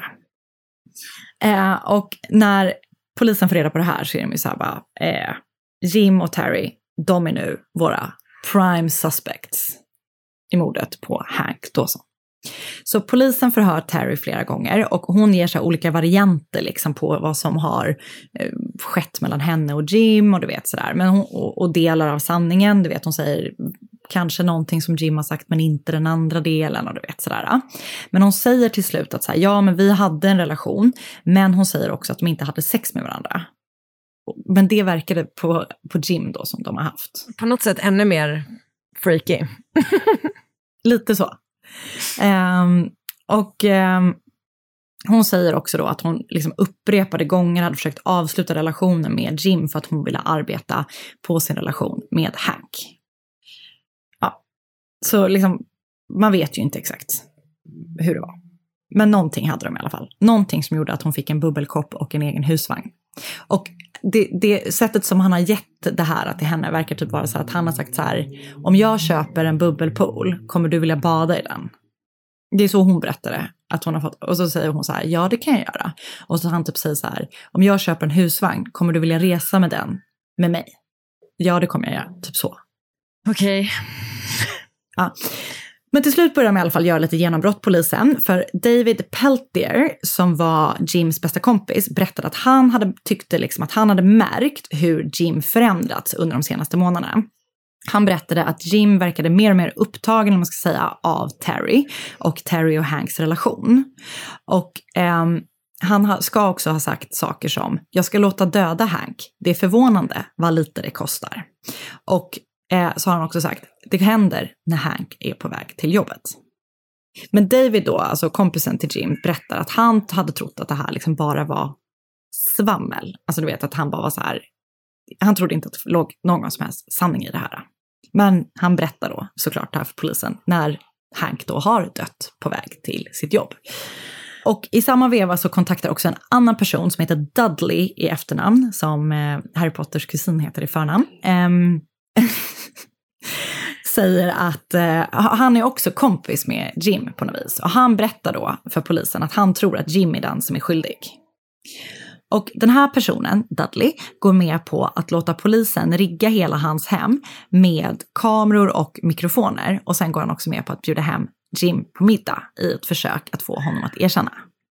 [SPEAKER 9] Eh, och när polisen får reda på det här så är de ju så här bara, eh, Jim och Terry, de är nu våra prime suspects i mordet på Hank Dawson. Så polisen förhör Terry flera gånger och hon ger sig olika varianter liksom på vad som har eh, skett mellan henne och Jim och du vet sådär. Men hon, och, och delar av sanningen, du vet hon säger kanske någonting som Jim har sagt men inte den andra delen och du vet sådär. Men hon säger till slut att så här, ja men vi hade en relation men hon säger också att de inte hade sex med varandra. Men det verkade på, på Jim då som de har haft.
[SPEAKER 8] På något sätt ännu mer freaky.
[SPEAKER 9] Lite så. Um, och um, hon säger också då att hon liksom upprepade gånger hade försökt avsluta relationen med Jim för att hon ville arbeta på sin relation med Hank. Ja, så liksom man vet ju inte exakt hur det var. Men någonting hade de i alla fall. Någonting som gjorde att hon fick en bubbelkopp och en egen husvagn. Och det, det sättet som han har gett det här till henne verkar typ vara så att han har sagt så här: om jag köper en bubbelpool, kommer du vilja bada i den? Det är så hon berättade att hon har fått. Och så säger hon så här: ja det kan jag göra. Och så han typ säger så här: om jag köper en husvagn, kommer du vilja resa med den med mig? Ja det kommer jag göra, typ så.
[SPEAKER 8] Okej. Okay.
[SPEAKER 9] Ja. Men till slut började de i alla fall göra lite genombrott polisen. För David Peltier, som var Jims bästa kompis, berättade att han hade tyckte liksom att han hade märkt hur Jim förändrats under de senaste månaderna. Han berättade att Jim verkade mer och mer upptagen, om man ska säga, av Terry och Terry och Hanks relation. Och ehm, han ska också ha sagt saker som: jag ska låta döda Hank. Det är förvånande vad lite det kostar. Och Eh, så har han också sagt, det händer när Hank är på väg till jobbet. Men David då, alltså kompisen till Jim, berättar att han hade trott att det här liksom bara var svammel. Alltså du vet att han bara var så här, han trodde inte att det låg någon som helst sanning i det här. Men han berättar då såklart det här för polisen när Hank då har dött på väg till sitt jobb. Och i samma veva så kontaktar också en annan person som heter Dudley i efternamn, som eh, Harry Potters kusin heter i förnamn. Um, säger att eh, han är också kompis med Jim på något vis. Och han berättar då för polisen att han tror att Jim är den som är skyldig. Och den här personen, Dudley, går med på att låta polisen rigga hela hans hem med kameror och mikrofoner. Och sen går han också med på att bjuda hem Jim på middag i ett försök att få honom att erkänna.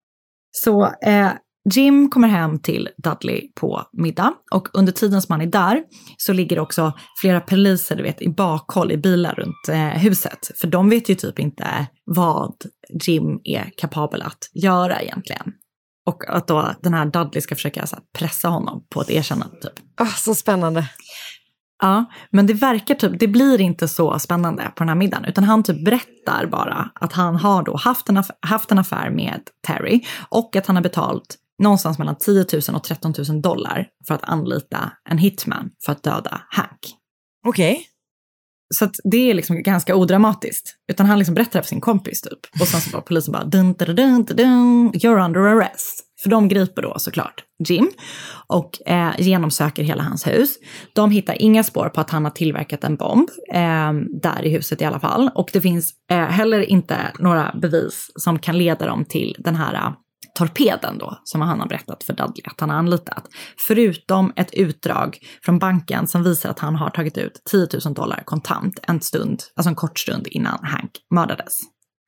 [SPEAKER 9] Så eh, Jim kommer hem till Dudley på middag. Och under tiden som han är där så ligger också flera poliser, du vet, i bakhåll i bilar runt eh, huset. För de vet ju typ inte vad Jim är kapabel att göra egentligen. Och att då den här Dudley ska försöka så här, pressa honom på ett erkännande typ.
[SPEAKER 8] Oh, så spännande.
[SPEAKER 9] Ja, men det verkar typ, det blir inte så spännande på den här middagen. Utan han typ berättar bara att han har då haft en, aff- haft en affär med Terry. Och att han har betalt någonstans mellan tio tusen och tretton tusen dollar för att anlita en hitman för att döda Hank.
[SPEAKER 8] Okej. Okay.
[SPEAKER 9] Så att det är liksom ganska odramatiskt. Utan han liksom berättar för sin kompis typ. Och sen så bara polisen bara dun, dun, dun, dun, dun, you're under arrest. För de griper då såklart Jim och eh, genomsöker hela hans hus. De hittar inga spår på att han har tillverkat en bomb eh, där i huset i alla fall. Och det finns eh, heller inte några bevis som kan leda dem till den här uh, torpeden då som han har berättat för Dudley att han har anlitat. Förutom ett utdrag från banken som visar att han har tagit ut tio tusen dollar kontant en stund, alltså en kort stund innan Hank mördades.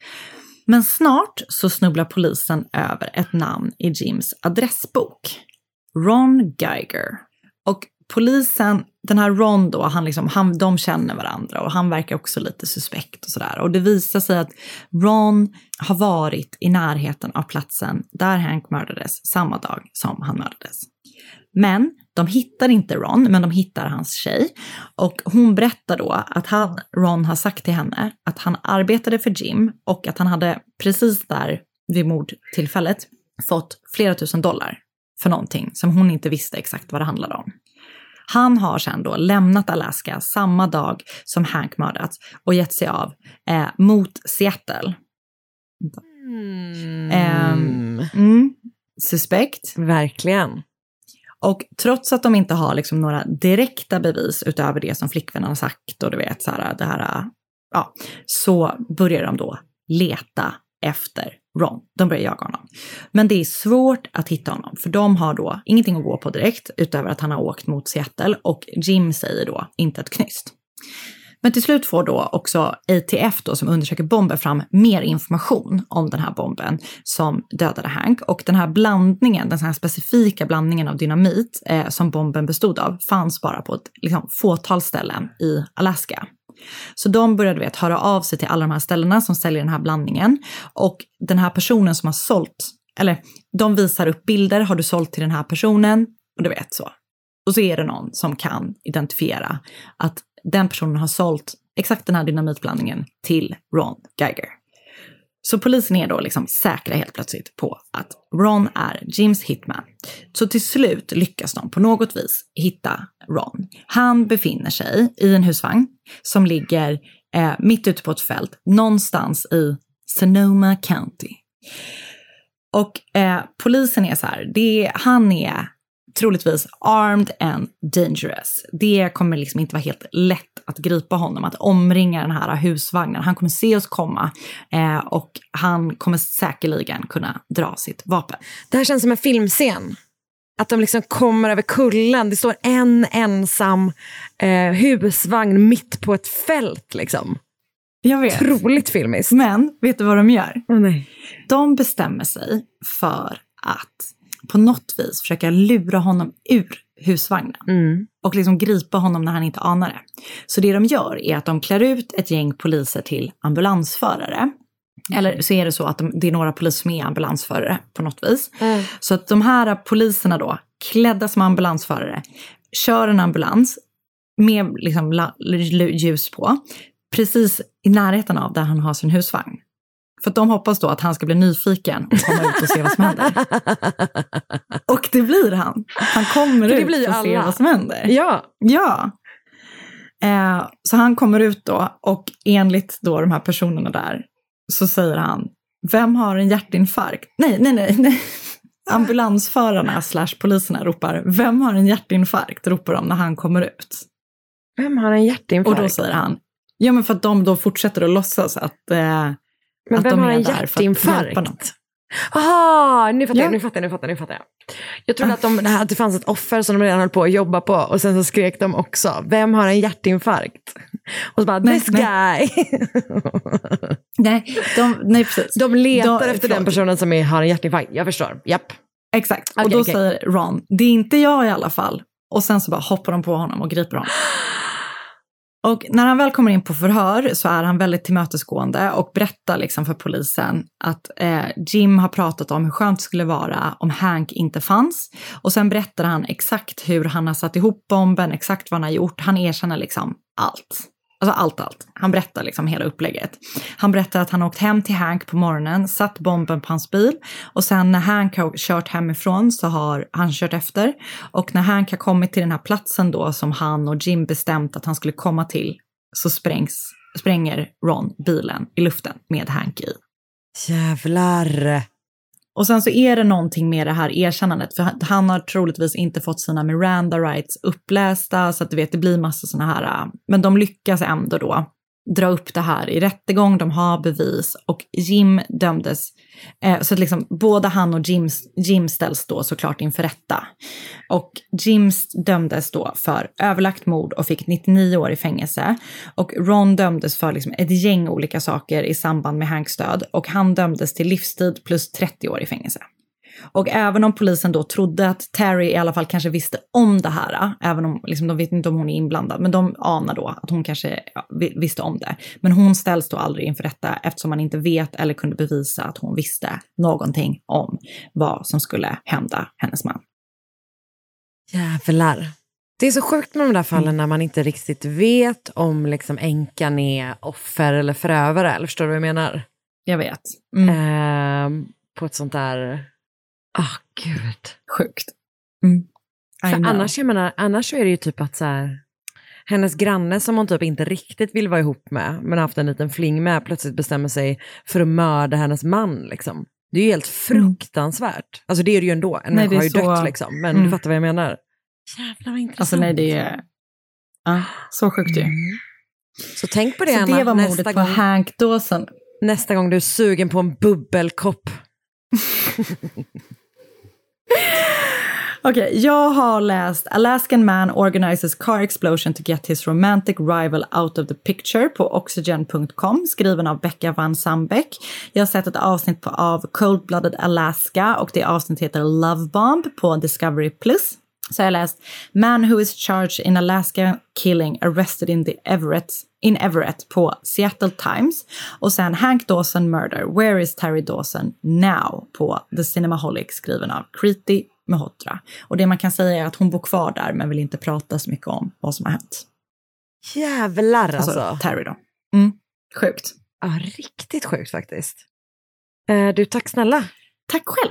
[SPEAKER 9] Men snart så snubblar polisen över ett namn i Jims adressbok. Ron Geiger. Och polisen, den här Ron då, han liksom, han, de känner varandra och han verkar också lite suspekt och sådär. Och det visar sig att Ron har varit i närheten av platsen där Hank mördades samma dag som han mördades. Men de hittar inte Ron, men de hittar hans tjej. Och hon berättar då att han, Ron har sagt till henne att han arbetade för Jim och att han hade precis där vid mordtillfället fått flera tusen dollar för någonting som hon inte visste exakt vad det handlade om. Han har sedan då lämnat Alaska samma dag som Hank mördats och gett sig av eh, mot Seattle. Mm. Eh, mm, suspekt.
[SPEAKER 8] Verkligen.
[SPEAKER 9] Och trots att de inte har liksom några direkta bevis utöver det som flickvännen har sagt och du vet så här, det här, ja, så börjar de då leta efter Ron. De börjar jaga honom. Men det är svårt att hitta honom för de har då ingenting att gå på direkt utöver att han har åkt mot Seattle och Jim säger då inte ett knyst. Men till slut får då också A T F då, som undersöker bomben fram mer information om den här bomben som dödade Hank. Och den här blandningen, den här specifika blandningen av dynamit eh, som bomben bestod av fanns bara på ett liksom, fåtal ställen i Alaska. Så de började vet, höra av sig till alla de här ställena som säljer den här blandningen. Och den här personen som har sålt, eller de visar upp bilder, har du sålt till den här personen? Och du vet så. Och så är det någon som kan identifiera att den personen har sålt exakt den här dynamitblandningen till Ron Geiger. Så polisen är då liksom säkra helt plötsligt på att Ron är Jims hitman. Så till slut lyckas de på något vis hitta Ron. Han befinner sig i en husvagn som ligger eh, mitt ute på ett fält någonstans i Sonoma County. Och eh, polisen är så här, det, han är troligtvis armed and dangerous. Det kommer liksom inte vara helt lätt att gripa honom, att omringa den här husvagnen. Han kommer se oss komma eh, och han kommer säkerligen kunna dra sitt vapen.
[SPEAKER 8] Det här känns som en filmscen. Att de liksom kommer över kullen. Det står en ensam eh, husvagn mitt på ett fält liksom.
[SPEAKER 9] Jag vet.
[SPEAKER 8] Otroligt filmiskt.
[SPEAKER 9] Men vet du vad de gör?
[SPEAKER 8] Oh, nej.
[SPEAKER 9] De bestämmer sig för att på något vis försöka lura honom ur husvagnen.
[SPEAKER 8] Mm.
[SPEAKER 9] Och liksom gripa honom när han inte anar det. Så det de gör är att de klär ut ett gäng poliser till ambulansförare. Mm. Eller så är det så att de, det är några poliser som är ambulansförare på något vis.
[SPEAKER 8] Mm.
[SPEAKER 9] Så att de här poliserna då, klädda som ambulansförare, kör en ambulans med liksom la, ljus på. Precis i närheten av där han har sin husvagn. För att de hoppas då att han ska bli nyfiken och komma ut och se vad som händer. Och det blir han. Han kommer ut och alla. ser vad som händer.
[SPEAKER 8] Ja.
[SPEAKER 9] Ja. Eh, så han kommer ut då och enligt då de här personerna där så säger han vem har en hjärtinfarkt? Nej, nej, nej, nej. Ambulansförarna slash poliserna ropar, vem har en hjärtinfarkt? Ropar de när han kommer ut.
[SPEAKER 8] Vem har en hjärtinfarkt?
[SPEAKER 9] Och då säger han, ja men för att de då fortsätter att låtsas att, eh,
[SPEAKER 8] men
[SPEAKER 9] att
[SPEAKER 8] vem
[SPEAKER 9] de
[SPEAKER 8] har
[SPEAKER 9] är
[SPEAKER 8] en
[SPEAKER 9] där för att hjälpa dem.
[SPEAKER 8] hjärtinfarkt? Aha, nu fattar
[SPEAKER 9] Ja.
[SPEAKER 8] jag, nu fattar jag, nu fattar jag, nu fattar jag. Jag trodde att, de, det här, att det fanns ett offer som de redan höll på att jobba på och sen så skrek de också, vem har en hjärtinfarkt? Och så bara,
[SPEAKER 9] Nej,
[SPEAKER 8] this
[SPEAKER 9] nej.
[SPEAKER 8] guy.
[SPEAKER 9] nej, de, nej, precis.
[SPEAKER 8] De letar
[SPEAKER 9] De-
[SPEAKER 8] efter den personen som är, har en hjärtinfarkt. Jag förstår, japp.
[SPEAKER 9] Exakt, och
[SPEAKER 8] Okej,
[SPEAKER 9] då
[SPEAKER 8] okej.
[SPEAKER 9] säger Ron, det är inte jag i alla fall. Och sen så bara hoppar de på honom och griper honom. Och när han väl kommer in på förhör så är han väldigt tillmötesgående och berättar liksom för polisen att eh, Jim har pratat om hur skönt det skulle vara om Hank inte fanns. Och sen berättar han exakt hur han har satt ihop bomben, exakt vad han har gjort. Han erkänner liksom allt. Alltså allt, allt. Han berättar liksom hela upplägget. Han berättar att han har åkt hem till Hank på morgonen, satt bomben på hans bil. Och sen när Hank har kört hemifrån så har han kört efter. Och när Hank har kommit till den här platsen då som han och Jim bestämt att han skulle komma till, så sprängs, spränger Ron bilen i luften med Hank i.
[SPEAKER 8] Jävlar.
[SPEAKER 9] Och sen så är det någonting med det här erkännandet. För han- han har troligtvis inte fått sina Miranda rights upplästa. Så att du vet, det blir massa såna här. äh, Men de lyckas ändå då dra upp det här i rättegång. De har bevis. Och Jim dömdes. Eh, så att liksom både han och Jim, Jim ställs då såklart inför rätta. Och Jim dömdes då för överlagt mord och fick nittionio år i fängelse. Och Ron dömdes för liksom ett gäng olika saker i samband med Hanks död. Och han dömdes till livstid plus trettio år i fängelse. Och även om polisen då trodde att Terry i alla fall kanske visste om det här, även om liksom, de vet inte om hon är inblandad, men de anar då att hon kanske ja, vi- visste om det. Men hon ställs då aldrig inför rätta eftersom man inte vet eller kunde bevisa att hon visste någonting om vad som skulle hända hennes man.
[SPEAKER 8] Jävlar. Det är så sjukt med de där fallen när man inte riktigt vet om liksom änkan är offer eller förövare. Eller förstår du vad jag menar?
[SPEAKER 9] Jag vet.
[SPEAKER 8] Mm. Ehm, på ett sånt där... Ah, oh, gud.
[SPEAKER 9] Sjukt. Mm.
[SPEAKER 8] För annars, jag menar, annars så är det ju typ att så här, hennes granne som hon typ inte riktigt vill vara ihop med, men har haft en liten fling med, plötsligt bestämmer sig för att mörda hennes man liksom. Det är ju helt fruktansvärt. Mm. Alltså det är det ju ändå. En
[SPEAKER 9] Nej,
[SPEAKER 8] människa har ju
[SPEAKER 9] så...
[SPEAKER 8] dött liksom. Men
[SPEAKER 9] mm.
[SPEAKER 8] du fattar vad jag menar. Jävlar vad intressant.
[SPEAKER 9] Alltså nej, det är ja, så sjukt ju.
[SPEAKER 8] Mm. Så tänk på det,
[SPEAKER 9] så
[SPEAKER 8] Anna.
[SPEAKER 9] Det var mordet
[SPEAKER 8] nästa
[SPEAKER 9] på
[SPEAKER 8] gång,
[SPEAKER 9] Hank Dawson.
[SPEAKER 8] Nästa gång du är sugen på en bubbelkopp.
[SPEAKER 9] Okej, okay, jag har läst Alaskan man organizes car explosion to get his romantic rival out of the picture på oxygen punkt com, skriven av Becca Van Sambeck. Jag har sett ett avsnitt på, av Cold-Blooded Alaska och det avsnitt heter Love Bomb på Discovery Plus. Så jag har läst Man who is charged in Alaska killing arrested in the Everett in Everett på Seattle Times. Och sen Hank Dawson murder, where is Terry Dawson now på The Cinemaholic, skriven av Kriti Mehrotra. Och det man kan säga är att hon bor kvar där men vill inte prata så mycket om vad som har hänt.
[SPEAKER 8] Jävlar alltså.
[SPEAKER 9] Alltså Terry då. Mm. Sjukt.
[SPEAKER 8] Ja, riktigt sjukt faktiskt. Eh, du, tack snälla.
[SPEAKER 9] Tack själv.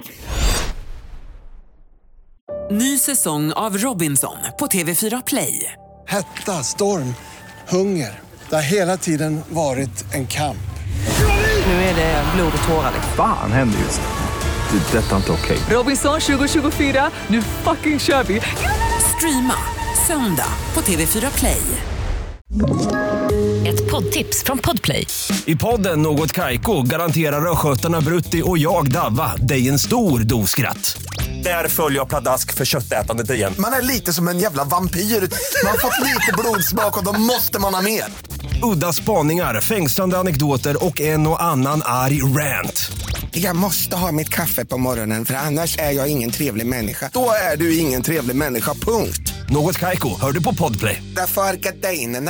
[SPEAKER 1] Ny säsong av Robinson på T V fyra Play.
[SPEAKER 2] Hetta, storm, hunger. Det har hela tiden varit en kamp.
[SPEAKER 1] Nu är det blod och tårar.
[SPEAKER 3] Fan händer just det. Det är detta inte okej.
[SPEAKER 1] Robinson tjugo tjugofyra, nu fucking kör vi. Streama söndag på T V fyra Play.
[SPEAKER 13] Ett poddtips från Podplay.
[SPEAKER 16] I podden Något Kaiko garanterar östgötarna Brutti och jag Davva dig en stor dos skratt. Där följer jag pladask för köttätandet igen.
[SPEAKER 17] Man är lite som en jävla vampyr. Man har fått lite blodsmak och då måste man ha mer.
[SPEAKER 16] Udda spaningar, fängslande anekdoter och en och annan arg rant.
[SPEAKER 17] Jag måste ha mitt kaffe på morgonen för annars är jag ingen trevlig människa. Då är du ingen trevlig människa, punkt.
[SPEAKER 16] Något Kaiko, hör du på Podplay.
[SPEAKER 17] Därför är gardinerna.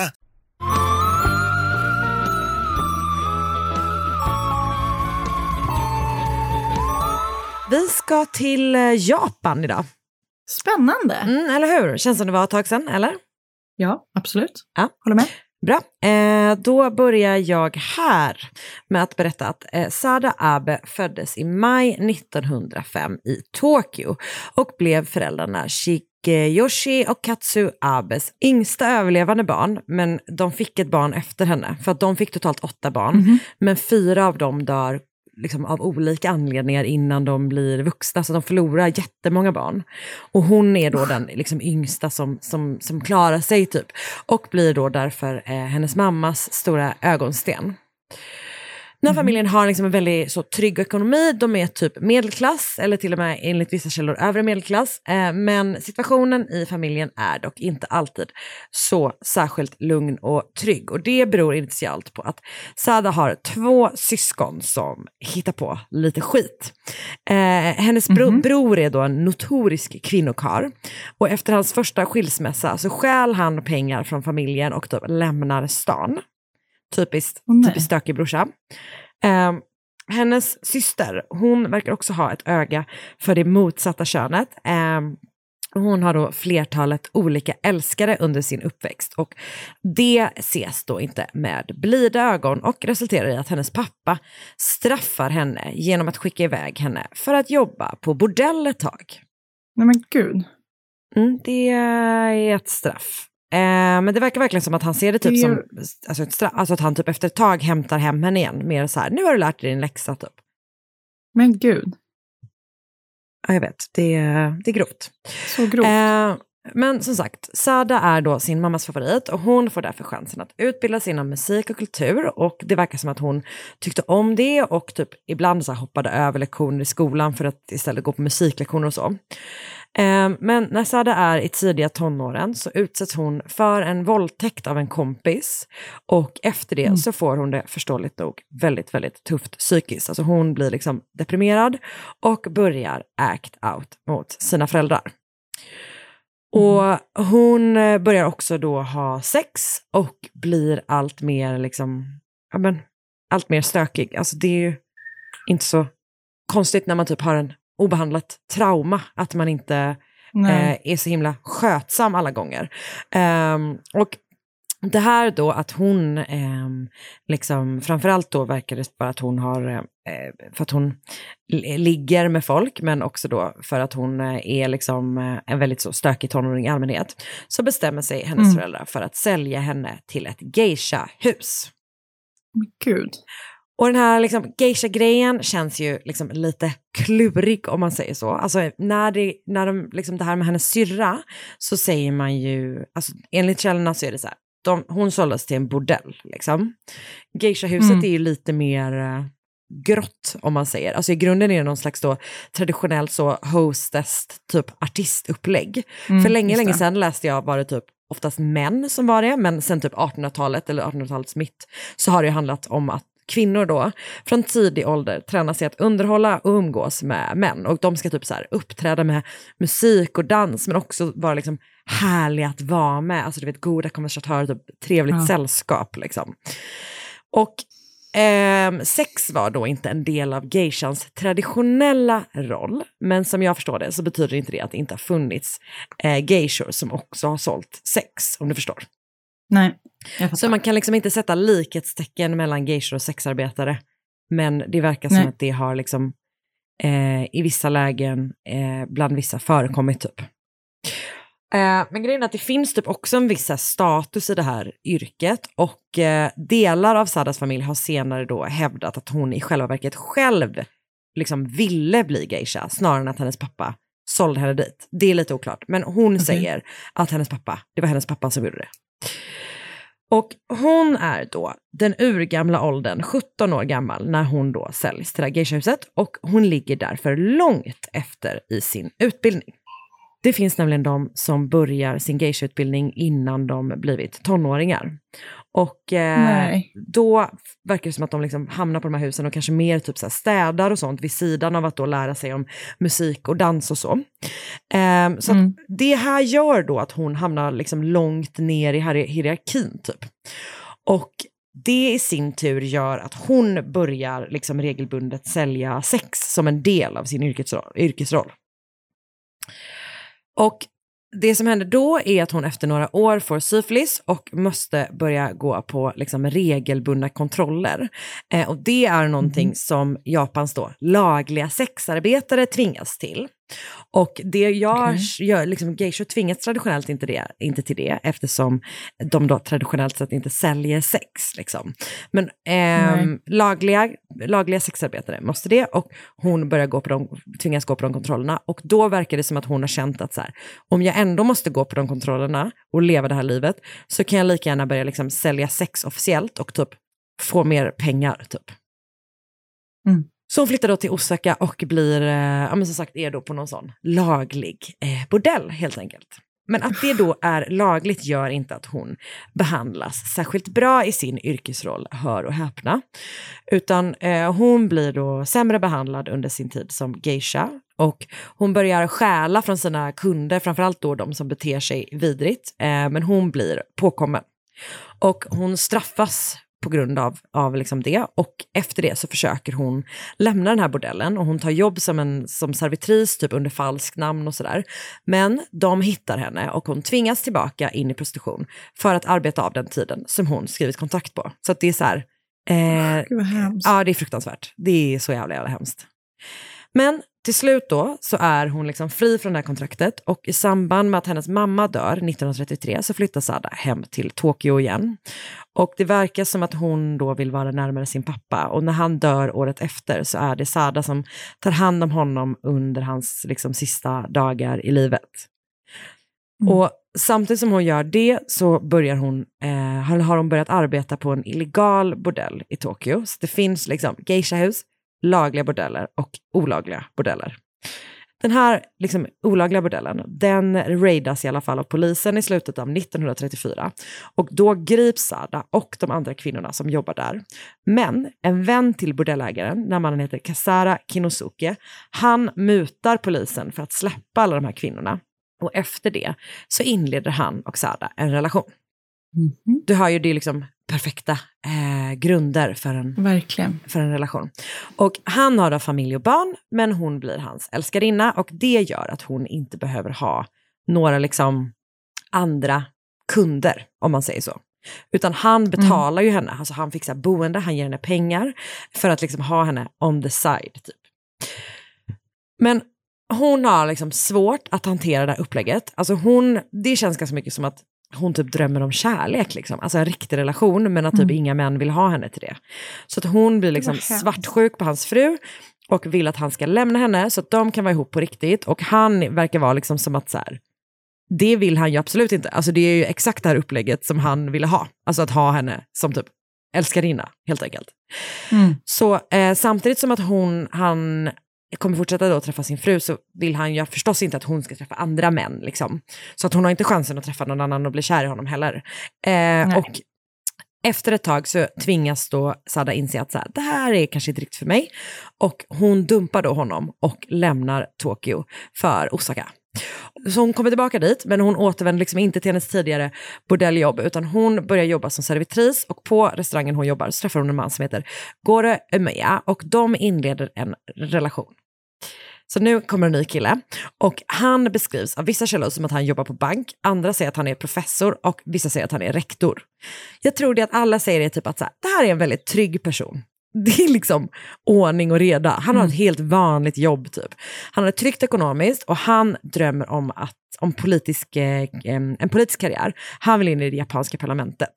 [SPEAKER 8] Vi ska till Japan idag.
[SPEAKER 9] Spännande.
[SPEAKER 8] Mm, eller hur? Känns som det var ett tag sedan, eller?
[SPEAKER 9] Ja, absolut.
[SPEAKER 8] Ja.
[SPEAKER 9] Håller med.
[SPEAKER 8] Bra. Eh, då börjar jag här med att berätta att eh, Sada Abe föddes i maj nittonhundrafem i Tokyo och blev föräldrarna Shigeyoshi och Katsu Abes yngsta överlevande barn, men de fick ett barn efter henne för att de fick totalt åtta barn, mm-hmm. men fyra av dem dör liksom av olika anledningar innan de blir vuxna. Så de förlorar jättemånga barn. Och hon är då den liksom yngsta som, som, som klarar sig typ. Och blir då därför eh, hennes mammas stora ögonsten. Den här familjen har liksom en väldigt så trygg ekonomi. De är typ medelklass eller till och med enligt vissa källor övre medelklass. Eh, men situationen i familjen är dock inte alltid så särskilt lugn och trygg. Och det beror initialt på att Sada har två syskon som hittar på lite skit. Eh, hennes bro- mm-hmm. bror är då en notorisk kvinnokar. Och efter hans första skilsmässa så stjäl han pengar från familjen och typ lämnar stan. Typiskt, oh, typiskt stökig brorsa. Eh, hennes syster, hon verkar också ha ett öga för det motsatta könet. Eh, hon har då flertalet olika älskare under sin uppväxt. Och det ses då inte med blida ögon och resulterar i att hennes pappa straffar henne genom att skicka iväg henne för att jobba på bordell ett tag.
[SPEAKER 9] Nej men gud.
[SPEAKER 8] Mm, det är ett straff. Eh, men det verkar verkligen som att han ser det typ det är... som alltså, ett straff, alltså att han typ efter ett tag hämtar hem henne igen. Mer så här, nu har du lärt dig din läxa typ.
[SPEAKER 9] Men gud.
[SPEAKER 8] Ja, jag vet, det är, det är grovt.
[SPEAKER 9] Så grovt.
[SPEAKER 8] Eh, men som sagt, Sada är då sin mammas favorit och hon får därför chansen att utbilda sig inom musik och kultur. Och det verkar som att hon tyckte om det och typ ibland så här hoppade över lektioner i skolan för att istället gå på musiklektioner och så. Eh, men när Sada är i tidiga tonåren så utsätts hon för en våldtäkt av en kompis. Och efter det mm. så får hon det förståeligt nog väldigt, väldigt tufft psykiskt. Alltså hon blir liksom deprimerad och börjar act out mot sina föräldrar. Och hon börjar också då ha sex och blir allt mer liksom, ja men, allt mer stökig. Alltså det är ju inte så konstigt när man typ har en obehandlat trauma att man inte eh, är så himla skötsam alla gånger. Um, och det här då att hon eh, liksom framförallt då verkar det vara att hon har eh, för att hon ligger med folk men också då för att hon är liksom en väldigt så stökig tonåring i allmänhet så bestämmer sig hennes mm. föräldrar för att sälja henne till ett geisha-hus.
[SPEAKER 9] Gud.
[SPEAKER 8] Och den här liksom geisha-grejen känns ju liksom lite klurig om man säger så. Alltså när det, när de, liksom det här med hennes syrra så säger man ju, alltså enligt källorna så är det så här, de, hon såldes till en bordell liksom. Geisha-huset mm. är ju lite mer uh, grått om man säger. Alltså i grunden är det någon slags då traditionellt så hostess typ artistupplägg. Mm, För länge, länge sedan läste jag bara typ oftast män som var det, men sen typ artonhundratalet eller artonhundratalets mitt så har det ju handlat om att kvinnor då från tidig ålder tränar sig att underhålla och umgås med män. Och de ska typ så här uppträda med musik och dans men också vara liksom härliga att vara med. Alltså du vet, goda konversatörer, typ trevligt ja. sällskap liksom. Och eh, sex var då inte en del av geishans traditionella roll. Men som jag förstår det så betyder inte det att det inte har funnits eh, geishor som också har sålt sex, om du förstår.
[SPEAKER 9] Nej.
[SPEAKER 8] Så man kan liksom inte sätta likhetstecken mellan geishor och sexarbetare. Men det verkar som Nej. att det har liksom eh, i vissa lägen eh, bland vissa förekommit typ. Eh, men grejen är att det finns typ också en viss status i det här yrket. Och eh, delar av Sadas familj har senare då hävdat att hon i själva verket själv liksom ville bli geisha. Snarare än att hennes pappa sålde henne dit. Det är lite oklart. Men hon okay. säger att hennes pappa, det var hennes pappa som gjorde det. Och hon är då den urgamla åldern, sjutton år gammal, när hon då säljs till det här geisha-huset. Och hon ligger därför långt efter i sin utbildning. Det finns nämligen de som börjar sin geisha-utbildning innan de blivit tonåringar. Och eh, då verkar det som att de liksom hamnar på de här husen och kanske mer typ så här städar och sånt vid sidan av att då lära sig om musik och dans och så. Eh, så mm. att det här gör då att hon hamnar liksom långt ner i hier- hierarkin typ. Och det i sin tur gör att hon börjar liksom regelbundet sälja sex som en del av sin yrkesroll. yrkesroll. Och det som händer då är att hon efter några år får syfilis och måste börja gå på liksom regelbundna kontroller. Eh, och det är någonting mm. som Japans då lagliga sexarbetare tvingas till. Och det jag okay. gör, liksom geishor tvingas traditionellt inte, det, inte till det eftersom de då traditionellt sett inte säljer sex. Liksom. Men eh, lagliga, lagliga sexarbetare måste det och hon börjar gå på de, tvingas gå på de kontrollerna och då verkar det som att hon har känt att så här, om jag ändå måste gå på de kontrollerna och leva det här livet så kan jag lika gärna börja liksom sälja sex officiellt och typ få mer pengar typ. Mm. Så hon flyttar då till Osaka och blir, eh, ja men som sagt är då på någon sån laglig eh, bordell helt enkelt. Men att det då är lagligt gör inte att hon behandlas särskilt bra i sin yrkesroll, hör och häpna. Utan eh, hon blir då sämre behandlad under sin tid som geisha. Och hon börjar stjäla från sina kunder, framförallt då de som beter sig vidrigt. Eh, men hon blir påkommen. Och hon straffas på grund av, av liksom det. Och efter det så försöker hon lämna den här bordellen. Och hon tar jobb som, en, som servitris typ under falsk namn och sådär. Men de hittar henne och hon tvingas tillbaka in i prostitution. För att arbeta av den tiden som hon skrivit kontrakt på. Så att det är så här. Eh,
[SPEAKER 9] Gud vad hemskt.
[SPEAKER 8] Ja, det är fruktansvärt. Det är så jävla jävla hemskt. Men till slut då så är hon liksom fri från det här kontraktet och i samband med att hennes mamma dör nittonhundratrettiotre så flyttar Sada hem till Tokyo igen. Och det verkar som att hon då vill vara närmare sin pappa och när han dör året efter så är det Sada som tar hand om honom under hans liksom sista dagar i livet. Mm. Och samtidigt som hon gör det så börjar hon, eh, har hon börjat arbeta på en illegal bordell i Tokyo. Så det finns liksom geishahus, lagliga bordeller och olagliga bordeller. Den här liksom olagliga bordellen, den raidas i alla fall av polisen i slutet av nittonhundratrettiofyra. Och då grips Sada och de andra kvinnorna som jobbar där. Men en vän till bordellägaren, när mannen heter Kasara Kinosuke, han mutar polisen för att släppa alla de här kvinnorna. Och efter det så inleder han och Sada en relation. Mm-hmm. Du har ju det liksom perfekta eh, grunder för en,
[SPEAKER 9] Verkligen.
[SPEAKER 8] för en relation. Och han har då familj och barn, men hon blir hans älskarinna. Och det gör att hon inte behöver ha några liksom andra kunder, om man säger så. Utan han betalar mm. ju henne, alltså han fixar boende, han ger henne pengar för att liksom ha henne on the side typ. Men hon har liksom svårt att hantera det här upplägget. Alltså hon, det känns ganska mycket som att hon typ drömmer om kärlek liksom. Alltså en riktig relation, men att typ mm. inga män vill ha henne till det. Så att hon blir liksom svartsjuk på hans fru och vill att han ska lämna henne så att de kan vara ihop på riktigt. Och han verkar vara liksom som att så här, det vill han ju absolut inte. Alltså det är ju exakt det här upplägget som han ville ha. Alltså att ha henne som typ älskarinna, helt enkelt. Mm. Så eh, samtidigt som att hon, han kommer fortsätta då träffa sin fru så vill han ju förstås inte att hon ska träffa andra män liksom. Så att hon har inte chansen att träffa någon annan och bli kär i honom heller. Eh, och efter ett tag så tvingas då Sada inse att så här, det här är kanske inte riktigt för mig. Och hon dumpar då honom och lämnar Tokyo för Osaka. Så hon kommer tillbaka dit, men hon återvänder liksom inte till hennes tidigare bordelljobb, utan hon börjar jobba som servitris och på restaurangen hon jobbar så träffar hon en man som heter Gore Umeya och de inleder en relation. Så nu kommer en ny kille och han beskrivs av vissa källor som att han jobbar på bank, andra säger att han är professor och vissa säger att han är rektor. Jag tror det att alla säger det typ att så här, det här är en väldigt trygg person. Det är liksom ordning och reda. Han har ett helt vanligt jobb typ. Han har ett tryggt ekonomiskt och han drömmer om att om politisk, eh, en politisk karriär. Han vill in i det japanska parlamentet.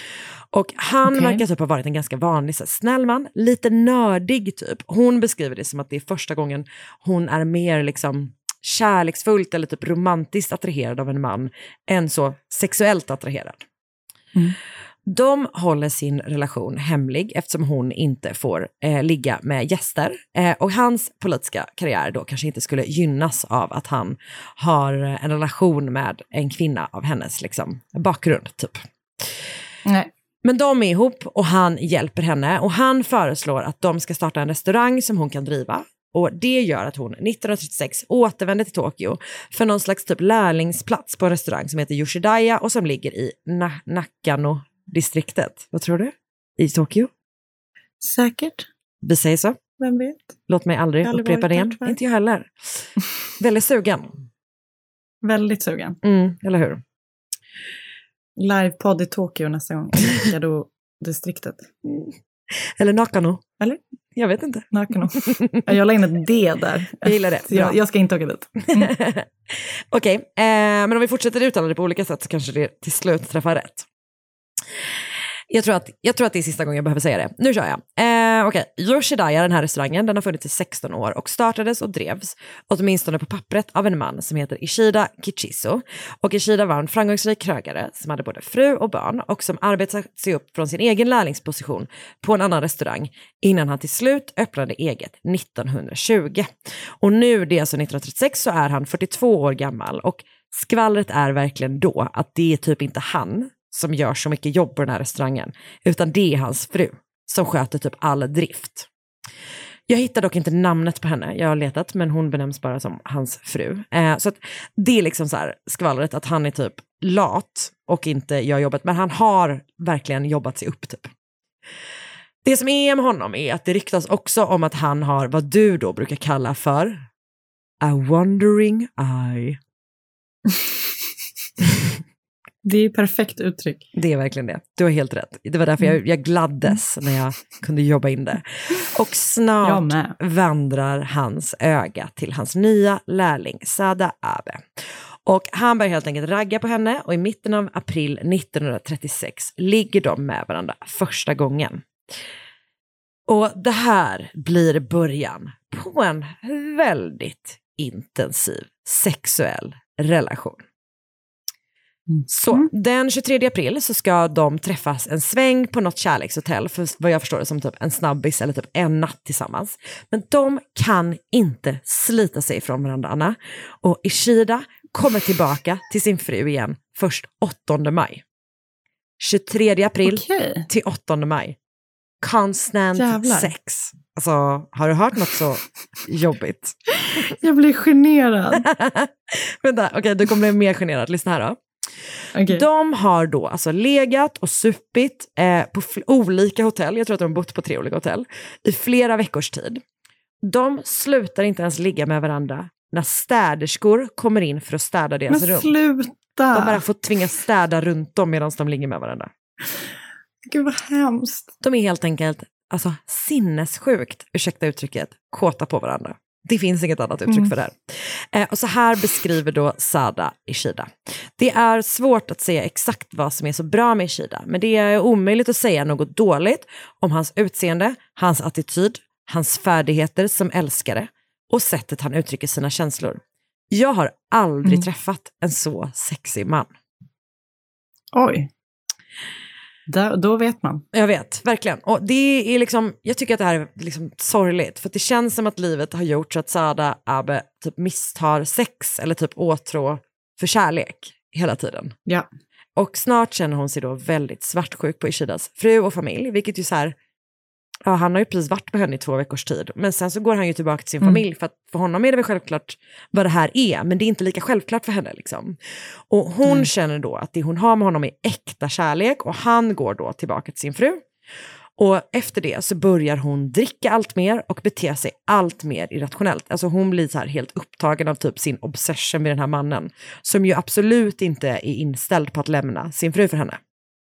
[SPEAKER 8] Och han okay. verkar typ ha varit en ganska vanlig så snäll man, lite nördig typ. Hon beskriver det som att det är första gången hon är mer liksom kärleksfullt eller typ romantiskt attraherad av en man än så sexuellt attraherad. Mm. De håller sin relation hemlig eftersom hon inte får eh, ligga med gäster. Eh, och hans politiska karriär då kanske inte skulle gynnas av att han har en relation med en kvinna av hennes liksom, bakgrund typ. Nej. Men de är ihop och han hjälper henne och han föreslår att de ska starta en restaurang som hon kan driva. Och det gör att hon nittonhundratrettiosex återvänder till Tokyo för någon slags typ lärlingsplats på en restaurang som heter Yoshidaya och som ligger i Na- Nakano distriktet. Vad tror du? I Tokyo?
[SPEAKER 9] Säkert.
[SPEAKER 8] Vi säger så.
[SPEAKER 9] Vem vet?
[SPEAKER 8] Låt mig aldrig, aldrig upprepa det igen. Inte jag heller. Väldigt sugen.
[SPEAKER 9] Väldigt sugen.
[SPEAKER 8] Mm, eller hur?
[SPEAKER 9] Livepodd i Tokyo nästa gång. I Nakano distriktet.
[SPEAKER 8] Eller Nakano.
[SPEAKER 9] Eller?
[SPEAKER 8] Jag vet inte.
[SPEAKER 9] Nakano. Jag la in ett D där.
[SPEAKER 8] Jag gillar det.
[SPEAKER 9] Jag, jag ska inte åka dit. Mm.
[SPEAKER 8] Okej, okay, eh, men om vi fortsätter uttala det på olika sätt så kanske det till slut träffar rätt. Jag tror, att, jag tror att det är sista gången jag behöver säga det. Nu kör jag. Eh, Okej, okay. Yoshidaya, den här restaurangen, den har funnits i sexton år och startades och drevs åtminstone på pappret av en man som heter Ishida Kichizo. Och Ishida var en framgångsrik krögare som hade både fru och barn och som arbetat sig upp från sin egen lärlingsposition på en annan restaurang innan han till slut öppnade eget nittonhundratjugo. Och nu, det är alltså nittonhundratrettiosex, så är han fyrtiotvå år gammal och skvallret är verkligen då att det är typ inte han som gör så mycket jobb på den här restaurangen, utan det är hans fru som sköter typ all drift. Jag hittar dock inte namnet på henne, jag har letat, men hon benämns bara som hans fru. Eh, så att det är liksom så här skvallret att han är typ lat och inte gör jobbet, men han har verkligen jobbat sig upp typ. Det som är med honom är att det ryktas också om att han har vad du då brukar kalla för a wandering eye.
[SPEAKER 9] Det är perfekt uttryck.
[SPEAKER 8] Det är verkligen det. Du har helt rätt. Det var därför jag, jag gladdes när jag kunde jobba in det. Och snart vandrar hans öga till hans nya lärling Sada Abe. Och han börjar helt enkelt ragga på henne och i mitten av april nittonhundratrettiosex ligger de med varandra första gången. Och det här blir början på en väldigt intensiv sexuell relation. Så, den tjugotredje april så ska de träffas en sväng på något kärlekshotell, för vad jag förstår det som typ en snabbis eller typ en natt tillsammans. Men de kan inte slita sig från varandra, Anna. Och Ishida kommer tillbaka till sin fru igen först åttonde maj. tjugotredje april okay. till åttonde maj. Constant Jävlar. sex. Alltså, har du hört något så jobbigt?
[SPEAKER 9] Jag blir generad.
[SPEAKER 8] Vänta, okej, okay, du kommer bli mer generad. Lyssna här då. Okay. De har då alltså legat och suppit eh, på fl- olika hotell. Jag tror att de har bott på tre olika hotell i flera veckors tid. De slutar inte ens ligga med varandra när städerskor kommer in för att städa deras
[SPEAKER 9] Men
[SPEAKER 8] rum.
[SPEAKER 9] Sluta.
[SPEAKER 8] De bara får tvingas städa runt dem medan de ligger med varandra.
[SPEAKER 9] Gud vad hemskt.
[SPEAKER 8] De är helt enkelt alltså, sinnessjukt, ursäkta uttrycket, kåta på varandra. Det finns inget annat uttryck mm. för det här. Eh, och så här beskriver då Sada Ishida. Det är svårt att säga exakt vad som är så bra med Ishida, men det är omöjligt att säga något dåligt om hans utseende, hans attityd, hans färdigheter som älskare och sättet han uttrycker sina känslor. Jag har aldrig mm. träffat en så sexig man.
[SPEAKER 9] Oj. Där, då vet man.
[SPEAKER 8] Jag vet, verkligen. Och det är liksom, jag tycker att det här är liksom sorgligt. För det känns som att livet har gjort så att Sada Abe typ misstar sex eller typ åtrå för kärlek hela tiden.
[SPEAKER 9] Ja.
[SPEAKER 8] Och snart känner hon sig då väldigt svartsjuk på Ishidas fru och familj. Vilket ju så här, ja, han har ju precis varit med henne i två veckors tid. Men sen så går han ju tillbaka till sin mm. familj. För att för honom är det väl självklart vad det här är. Men det är inte lika självklart för henne liksom. Och hon mm. känner då att det hon har med honom är äkta kärlek. Och han går då tillbaka till sin fru. Och efter det så börjar hon dricka allt mer och bete sig allt mer irrationellt. Alltså hon blir så här helt upptagen av typ sin obsession med den här mannen. Som ju absolut inte är inställd på att lämna sin fru för henne.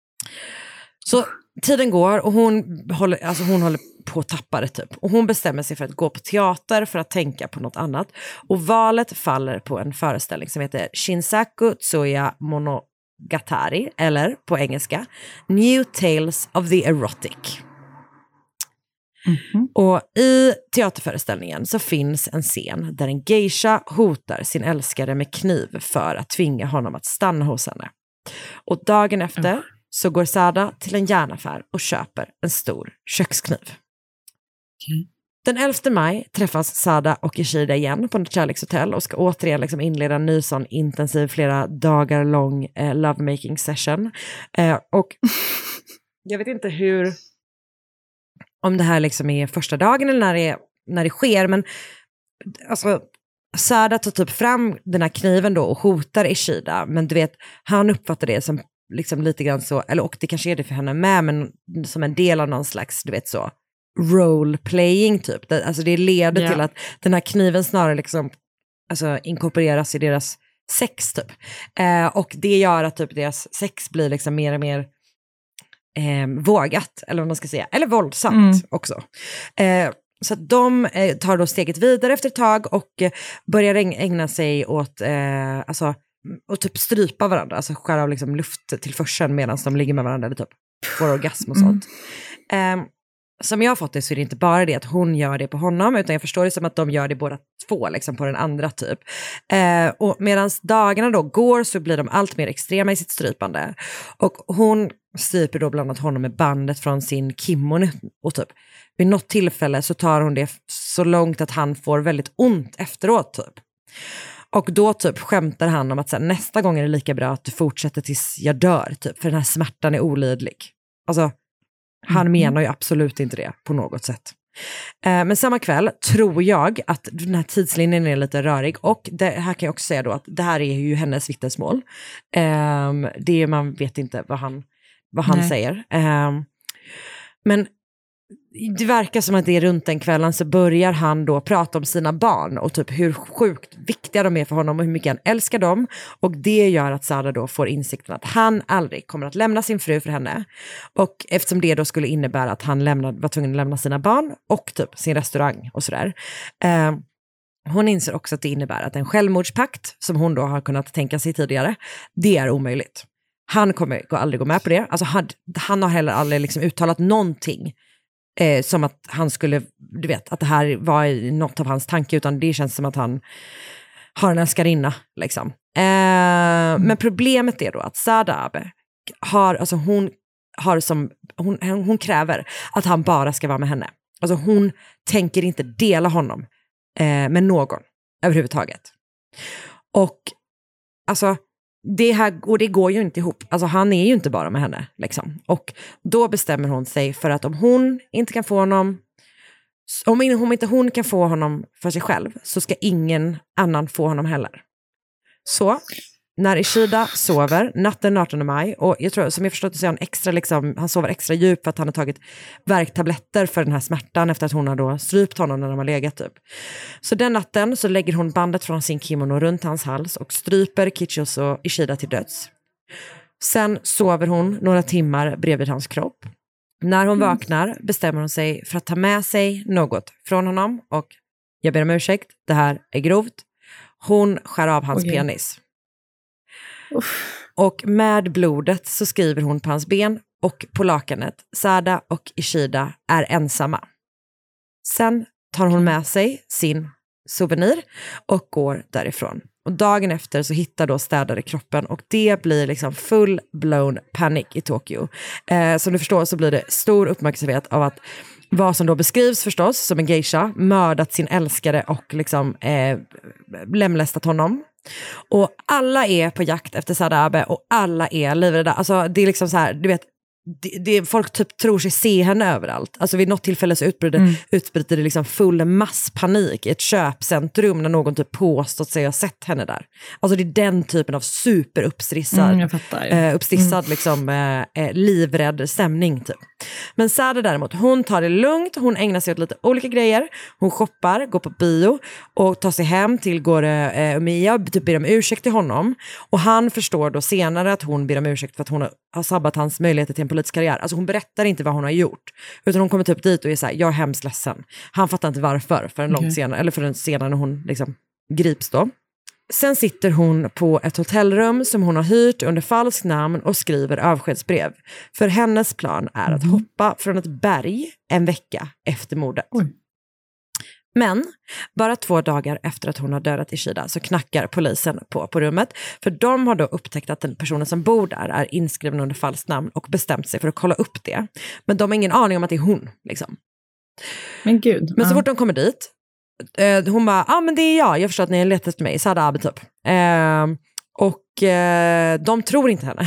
[SPEAKER 8] Så tiden går och hon håller, alltså hon håller på att tappa det typ. Och hon bestämmer sig för att gå på teater för att tänka på något annat. Och valet faller på en föreställning som heter Shinsaku Tsuya Monogatari. Eller på engelska New Tales of the Erotic. Mm-hmm. Och i teaterföreställningen så finns en scen där en geisha hotar sin älskare med kniv för att tvinga honom att stanna hos henne. Och dagen efter mm. så går Sada till en järnaffär och köper en stor kökskniv. Okay. Den elfte maj träffas Sada och Ishida igen på ett kärlekshotell och ska återigen liksom inleda en ny sån intensiv flera dagar lång eh, lovemaking session. Eh, och jag vet inte hur, om det här liksom är första dagen eller när det, är, när det sker, men alltså Sada tar typ fram den här kniven då och hotar Ishida, men du vet, han uppfattar det som liksom lite grann så, eller och det kanske är det för henne med, men som en del av någon slags, du vet så, role-playing typ. Det, alltså det leder yeah. till att den här kniven snarare liksom alltså inkorporeras i deras sex typ. Eh, och det gör att typ deras sex blir liksom mer och mer eh, vågat, eller vad man ska säga, eller våldsamt
[SPEAKER 9] Mm.
[SPEAKER 8] också. Eh, så att de eh, tar då steget vidare efter ett tag och eh, börjar ägna sig åt eh, alltså, och typ strypa varandra, alltså skära av liksom lufttillförseln medan de ligger med varandra eller typ får orgasm och sånt. Mm. Eh, som jag har fått det så är det inte bara det att hon gör det på honom, utan jag förstår det som att de gör det båda två liksom på den andra typ. Eh, och medan dagarna då går så blir de allt mer extrema i sitt strypande. Och hon stryper då bland annat honom med bandet från sin kimono och typ vid något tillfälle så tar hon det så långt att han får väldigt ont efteråt typ. Och då typ skämtar han om att så här, nästa gång är det lika bra att du fortsätter tills jag dör typ, för den här smärtan är olidlig. Alltså han menar ju absolut inte det på något sätt. Eh, men samma kväll tror jag att den här tidslinjen är lite rörig. Och det här kan jag också säga då att det här är ju hennes vittnesmål. Eh, det är, man vet inte vad han, vad han säger. Eh, men det verkar som att det är runt den kvällen så börjar han då prata om sina barn och typ hur sjukt viktiga de är för honom och hur mycket han älskar dem. Och det gör att Sada då får insikten att han aldrig kommer att lämna sin fru för henne. Och eftersom det då skulle innebära att han lämnade, var tvungen att lämna sina barn och typ sin restaurang och sådär. Eh, hon inser också att det innebär att en självmordspakt som hon då har kunnat tänka sig tidigare, det är omöjligt. Han kommer gå, aldrig gå med på det. Alltså han, han har heller aldrig liksom uttalat någonting Eh, som att han skulle, du vet, att det här var något av hans tanke, utan det känns som att han har en älskarinna liksom. Eh, mm. Men problemet är då att Sada Abe har, alltså hon har som, hon, hon kräver att han bara ska vara med henne. Alltså hon tänker inte dela honom eh, med någon överhuvudtaget. Och alltså det här, och det går ju inte ihop. Alltså han är ju inte bara med henne liksom. Och då bestämmer hon sig för att om hon inte kan få honom, om hon inte hon kan få honom för sig själv, så ska ingen annan få honom heller. Så när Ishida sover natten artonde maj, och jag tror, som jag förstått så är han extra liksom, han sover extra djupt för att han har tagit värktabletter för den här smärtan efter att hon har då strypt honom när de har legat typ. Så den natten så lägger hon bandet från sin kimono runt hans hals och stryper Kichos och Ishida till döds. Sen sover hon några timmar bredvid hans kropp. När hon mm. vaknar bestämmer hon sig för att ta med sig något från honom, och jag ber om ursäkt, det här är grovt. Hon skär av hans okay. penis. Uff. Och med blodet så skriver hon på hans ben och på lakanet: Sada och Ishida är ensamma. Sen tar hon med sig sin souvenir och går därifrån. Och dagen efter så hittar då städare kroppen, och det blir liksom full blown panic i Tokyo. Eh, som du förstår så blir det stor uppmärksamhet av att vad som då beskrivs förstås som en geisha mördat sin älskare och liksom eh, lemlästat honom. Och alla är på jakt efter Sada Abe och alla är livrädda. Alltså det är liksom så här, du vet, det, det, folk typ tror sig se henne överallt. Alltså vid något tillfälle så utbryter, mm. utbryter det liksom full masspanik i ett köpcentrum när någon typ påstått sig ha sett henne där. Alltså det är den typen av superuppstrissad
[SPEAKER 9] mm, jag fattar, ja.
[SPEAKER 8] eh, uppstrissad
[SPEAKER 9] mm.
[SPEAKER 8] liksom eh, livrädd stämning typ. Men Sada däremot, hon tar det lugnt, hon ägnar sig åt lite olika grejer. Hon shoppar, går på bio och tar sig hem till Gore eh, Umiya och typ ber om ursäkt till honom. Och han förstår då senare att hon ber om ursäkt för att hon har sabbat hans möjligheter till en politisk karriär. Alltså hon berättar inte vad hon har gjort, utan hon kommer typ dit och är så här: jag är hemskt ledsen. Han fattar inte varför för en okay. långt senare, eller för en senare när hon liksom grips då. Sen sitter hon på ett hotellrum som hon har hyrt under falskt namn och skriver avskedsbrev. För hennes plan är mm. att hoppa från ett berg en vecka efter mordet. Oj. Men bara två dagar efter att hon har dödat Ishida så knackar polisen på på rummet. För de har då upptäckt att den personen som bor där är inskriven under falskt namn och bestämt sig för att kolla upp det. Men de har ingen aning om att det är hon liksom.
[SPEAKER 9] Men gud.
[SPEAKER 8] Men så
[SPEAKER 9] ja.
[SPEAKER 8] fort de kommer dit, eh, hon bara, ja ah, men det är jag, jag förstår att ni har letat efter mig, Sada Abe typ. Eh, och eh, de tror inte henne.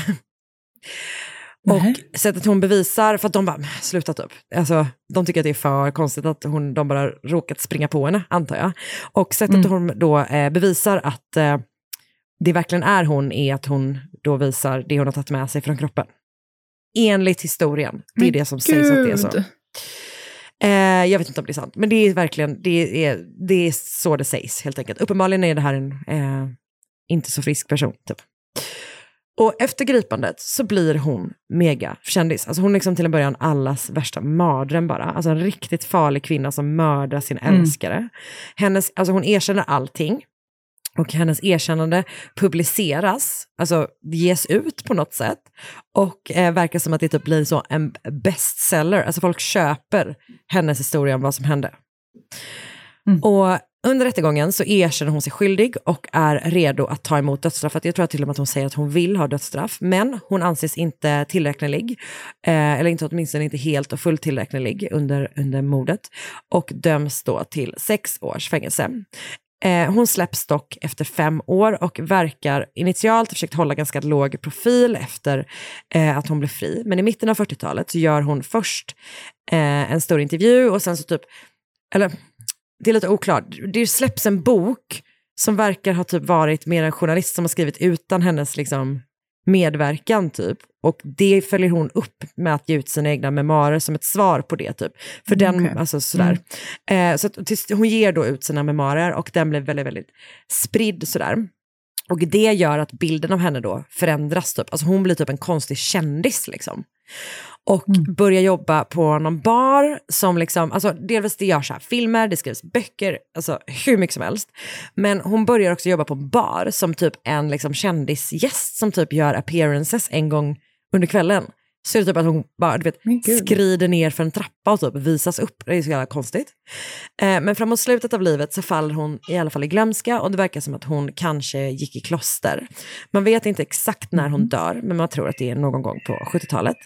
[SPEAKER 8] Och sättet hon bevisar, för att de bara, slutat upp. Alltså, de tycker att det är för konstigt att hon, de bara råkat springa på henne, antar jag. Och sättet mm. hon då eh, bevisar att eh, det verkligen är hon, är att hon då visar det hon har tagit med sig från kroppen. Enligt historien. Det är men det som Gud. sägs att det är så. Eh, jag vet inte om det är sant, men det är verkligen, det är, det är så det sägs helt enkelt. Uppenbarligen är det här en eh, inte så frisk person typ. Och efter gripandet så blir hon mega kändis. Alltså hon är liksom till en början allas värsta mardröm bara. Alltså en riktigt farlig kvinna som mördar sin mm. älskare. Hennes, alltså hon erkänner allting. Och hennes erkännande publiceras, alltså ges ut på något sätt. Och eh, verkar som att det typ blir så en bestseller. Alltså folk köper hennes historia om vad som hände. Mm. Och under rättegången så erkänner hon sig skyldig och är redo att ta emot dödsstraffet. Jag tror till och med att hon säger att hon vill ha dödsstraff. Men hon anses inte tillräknelig. Eh, eller inte åtminstone inte helt och fullt tillräknelig under, under mordet. Och döms då till sex års fängelse. Eh, hon släpps dock efter fem år och verkar initialt försökt hålla ganska låg profil efter eh, att hon blev fri. Men i mitten av fyrtiotalet så gör hon först eh, en stor intervju och sen så typ, eller det är lite oklart, det släpps en bok som verkar ha typ varit mer en journalist som har skrivit utan hennes liksom medverkan typ. Och det följer hon upp med att ge ut sina egna memoarer som ett svar på det typ. För mm, den, okay. alltså sådär. Mm. Eh, så att, tills, hon ger då ut sina memoarer och den blev väldigt, väldigt spridd sådär. Och det gör att bilden av henne då förändras typ. Alltså hon blir typ en konstig kändis liksom. Och mm. börjar jobba på någon bar som liksom, alltså delvis det görs här filmer, det skrivs böcker, alltså hur mycket som helst. Men hon börjar också jobba på en bar som typ en liksom kändisgäst som typ gör appearances en gång under kvällen. Så är det typ att hon bara, du vet, skrider ner för en trappa och typ visas upp. Det är så jävla konstigt. Eh, men framåt slutet av livet så faller hon i alla fall i glömska och det verkar som att hon kanske gick i kloster. Man vet inte exakt när hon dör, men man tror att det är någon gång på sjuttiotalet.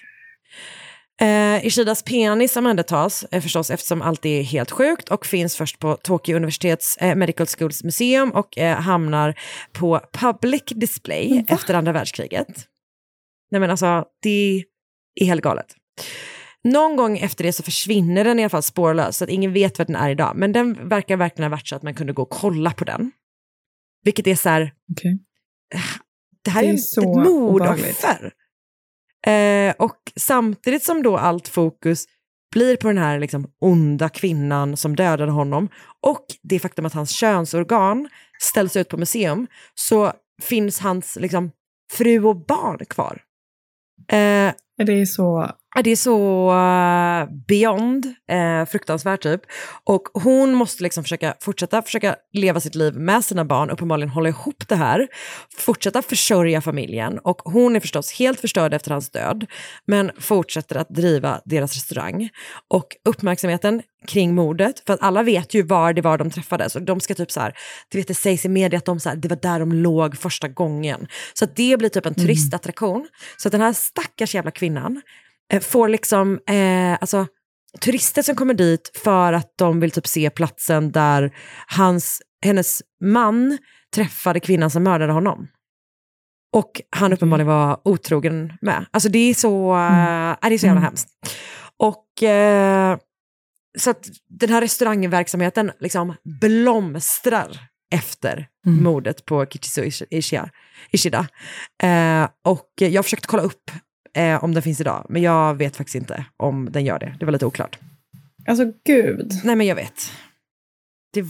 [SPEAKER 8] Eh, Ishidas penis omhändertas eh, förstås eftersom allt är helt sjukt och finns först på Tokyo Universitets eh, Medical Schools Museum och eh, hamnar på public display mm. efter andra världskriget. Nej men alltså, det är helt galet. Någon gång efter det så försvinner den i alla fall spårlöst så att ingen vet vad den är idag. Men den verkar verkligen ha varit så att man kunde gå och kolla på den. Vilket är så här... Okay. Det här det är, är så ett mordoffer. Eh, och samtidigt som då allt fokus blir på den här liksom onda kvinnan som dödade honom och det faktum att hans könsorgan ställs ut på museum så finns hans liksom fru och barn kvar. Eh,
[SPEAKER 9] det är så...
[SPEAKER 8] Det är så uh, beyond uh, fruktansvärt typ. Och hon måste liksom försöka fortsätta försöka leva sitt liv med sina barn. Uppenbarligen hålla ihop det här. Fortsätta försörja familjen. Och hon är förstås helt förstörd efter hans död. Men fortsätter att driva deras restaurang. Och uppmärksamheten kring mordet. För att alla vet ju var det var de träffades. Och de ska typ så här, du vet det sägs i media att de så här, det var där de låg första gången. Så att det blir typ en turistattraktion. Mm. Så att den här stackars jävla kvinnan får liksom, eh, alltså turister som kommer dit för att de vill typ se platsen där hans, hennes man träffade kvinnan som mördade honom. Och han uppenbarligen var otrogen med. Alltså det är så, mm. äh, det är så jävla mm. hemskt. Och eh, så att den här restaurangverksamheten liksom blomstrar efter mm. mordet på Kichizo Ishida. Ishida. Eh, och jag försökte kolla upp Eh, om den finns idag. Men jag vet faktiskt inte om den gör det. Det var lite oklart.
[SPEAKER 9] Alltså gud.
[SPEAKER 8] Nej men jag vet. Det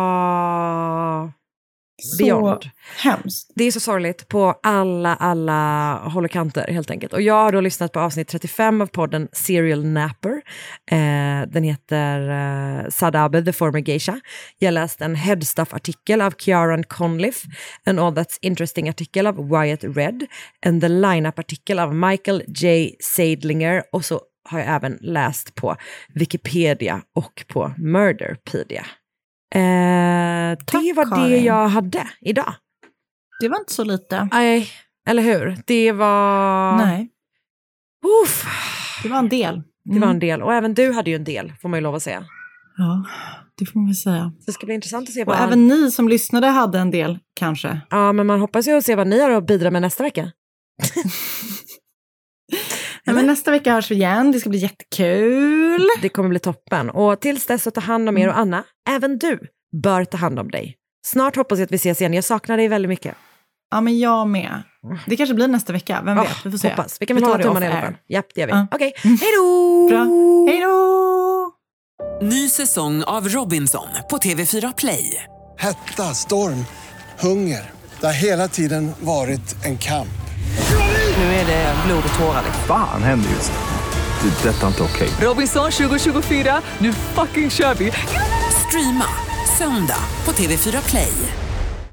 [SPEAKER 8] var...
[SPEAKER 9] Så
[SPEAKER 8] beyond.
[SPEAKER 9] Hemskt.
[SPEAKER 8] Det är så sorgligt på alla, alla håll och kanter helt enkelt. Och jag har då lyssnat på avsnitt trettiofem av podden Serial Napper. Eh, den heter eh, Sadabe, the former geisha. Jag läste en Headstuff-artikel av Kieran Conliffe. En All That's Interesting-artikel av Wyatt Red. En The Line-up-artikel av Michael J. Seidlinger. Och så har jag även läst på Wikipedia och på Murderpedia. Eh, Tack, det var Karin. Det jag hade idag.
[SPEAKER 9] Det var inte så lite.
[SPEAKER 8] Nej, eller hur? Det var...
[SPEAKER 9] Nej.
[SPEAKER 8] Uff.
[SPEAKER 9] Det var en del. Mm.
[SPEAKER 8] Det var en del. Och även du hade ju en del, får man ju lov att säga.
[SPEAKER 9] Ja, det får man säga.
[SPEAKER 8] Det ska bli intressant att se
[SPEAKER 9] Och
[SPEAKER 8] vad...
[SPEAKER 9] även ni som lyssnade hade en del, kanske.
[SPEAKER 8] Ja, men man hoppas ju att se vad ni har att bidra med nästa vecka.
[SPEAKER 9] Ja, men nästa vecka hörs vi igen. Det ska bli jättekul.
[SPEAKER 8] Det kommer bli toppen. Och tills dess så ta hand om er och Anna. Även du bör ta hand om dig. Snart hoppas jag att vi ses igen. Jag saknar dig väldigt mycket.
[SPEAKER 9] Ja, men jag med. Det kanske blir nästa vecka. Vem
[SPEAKER 8] oh,
[SPEAKER 9] vet? Vi får se.
[SPEAKER 8] Hoppas. Vi kan väl ta tummarna i alla fall. Japp, det gör vi.
[SPEAKER 9] Uh.
[SPEAKER 8] Okej, okay. Hej då!
[SPEAKER 9] Bra. Hej då!
[SPEAKER 1] Ny säsong av Robinson på T V fyra Play.
[SPEAKER 2] Hetta, storm, hunger. Det har hela tiden varit en kamp.
[SPEAKER 11] Nu är det blod och tårar.
[SPEAKER 3] Fan händer just det. Det är detta inte okej.
[SPEAKER 1] Robinson tjugo tjugofyra, nu fucking kör vi!
[SPEAKER 18] Streama söndag på T V fyra Play.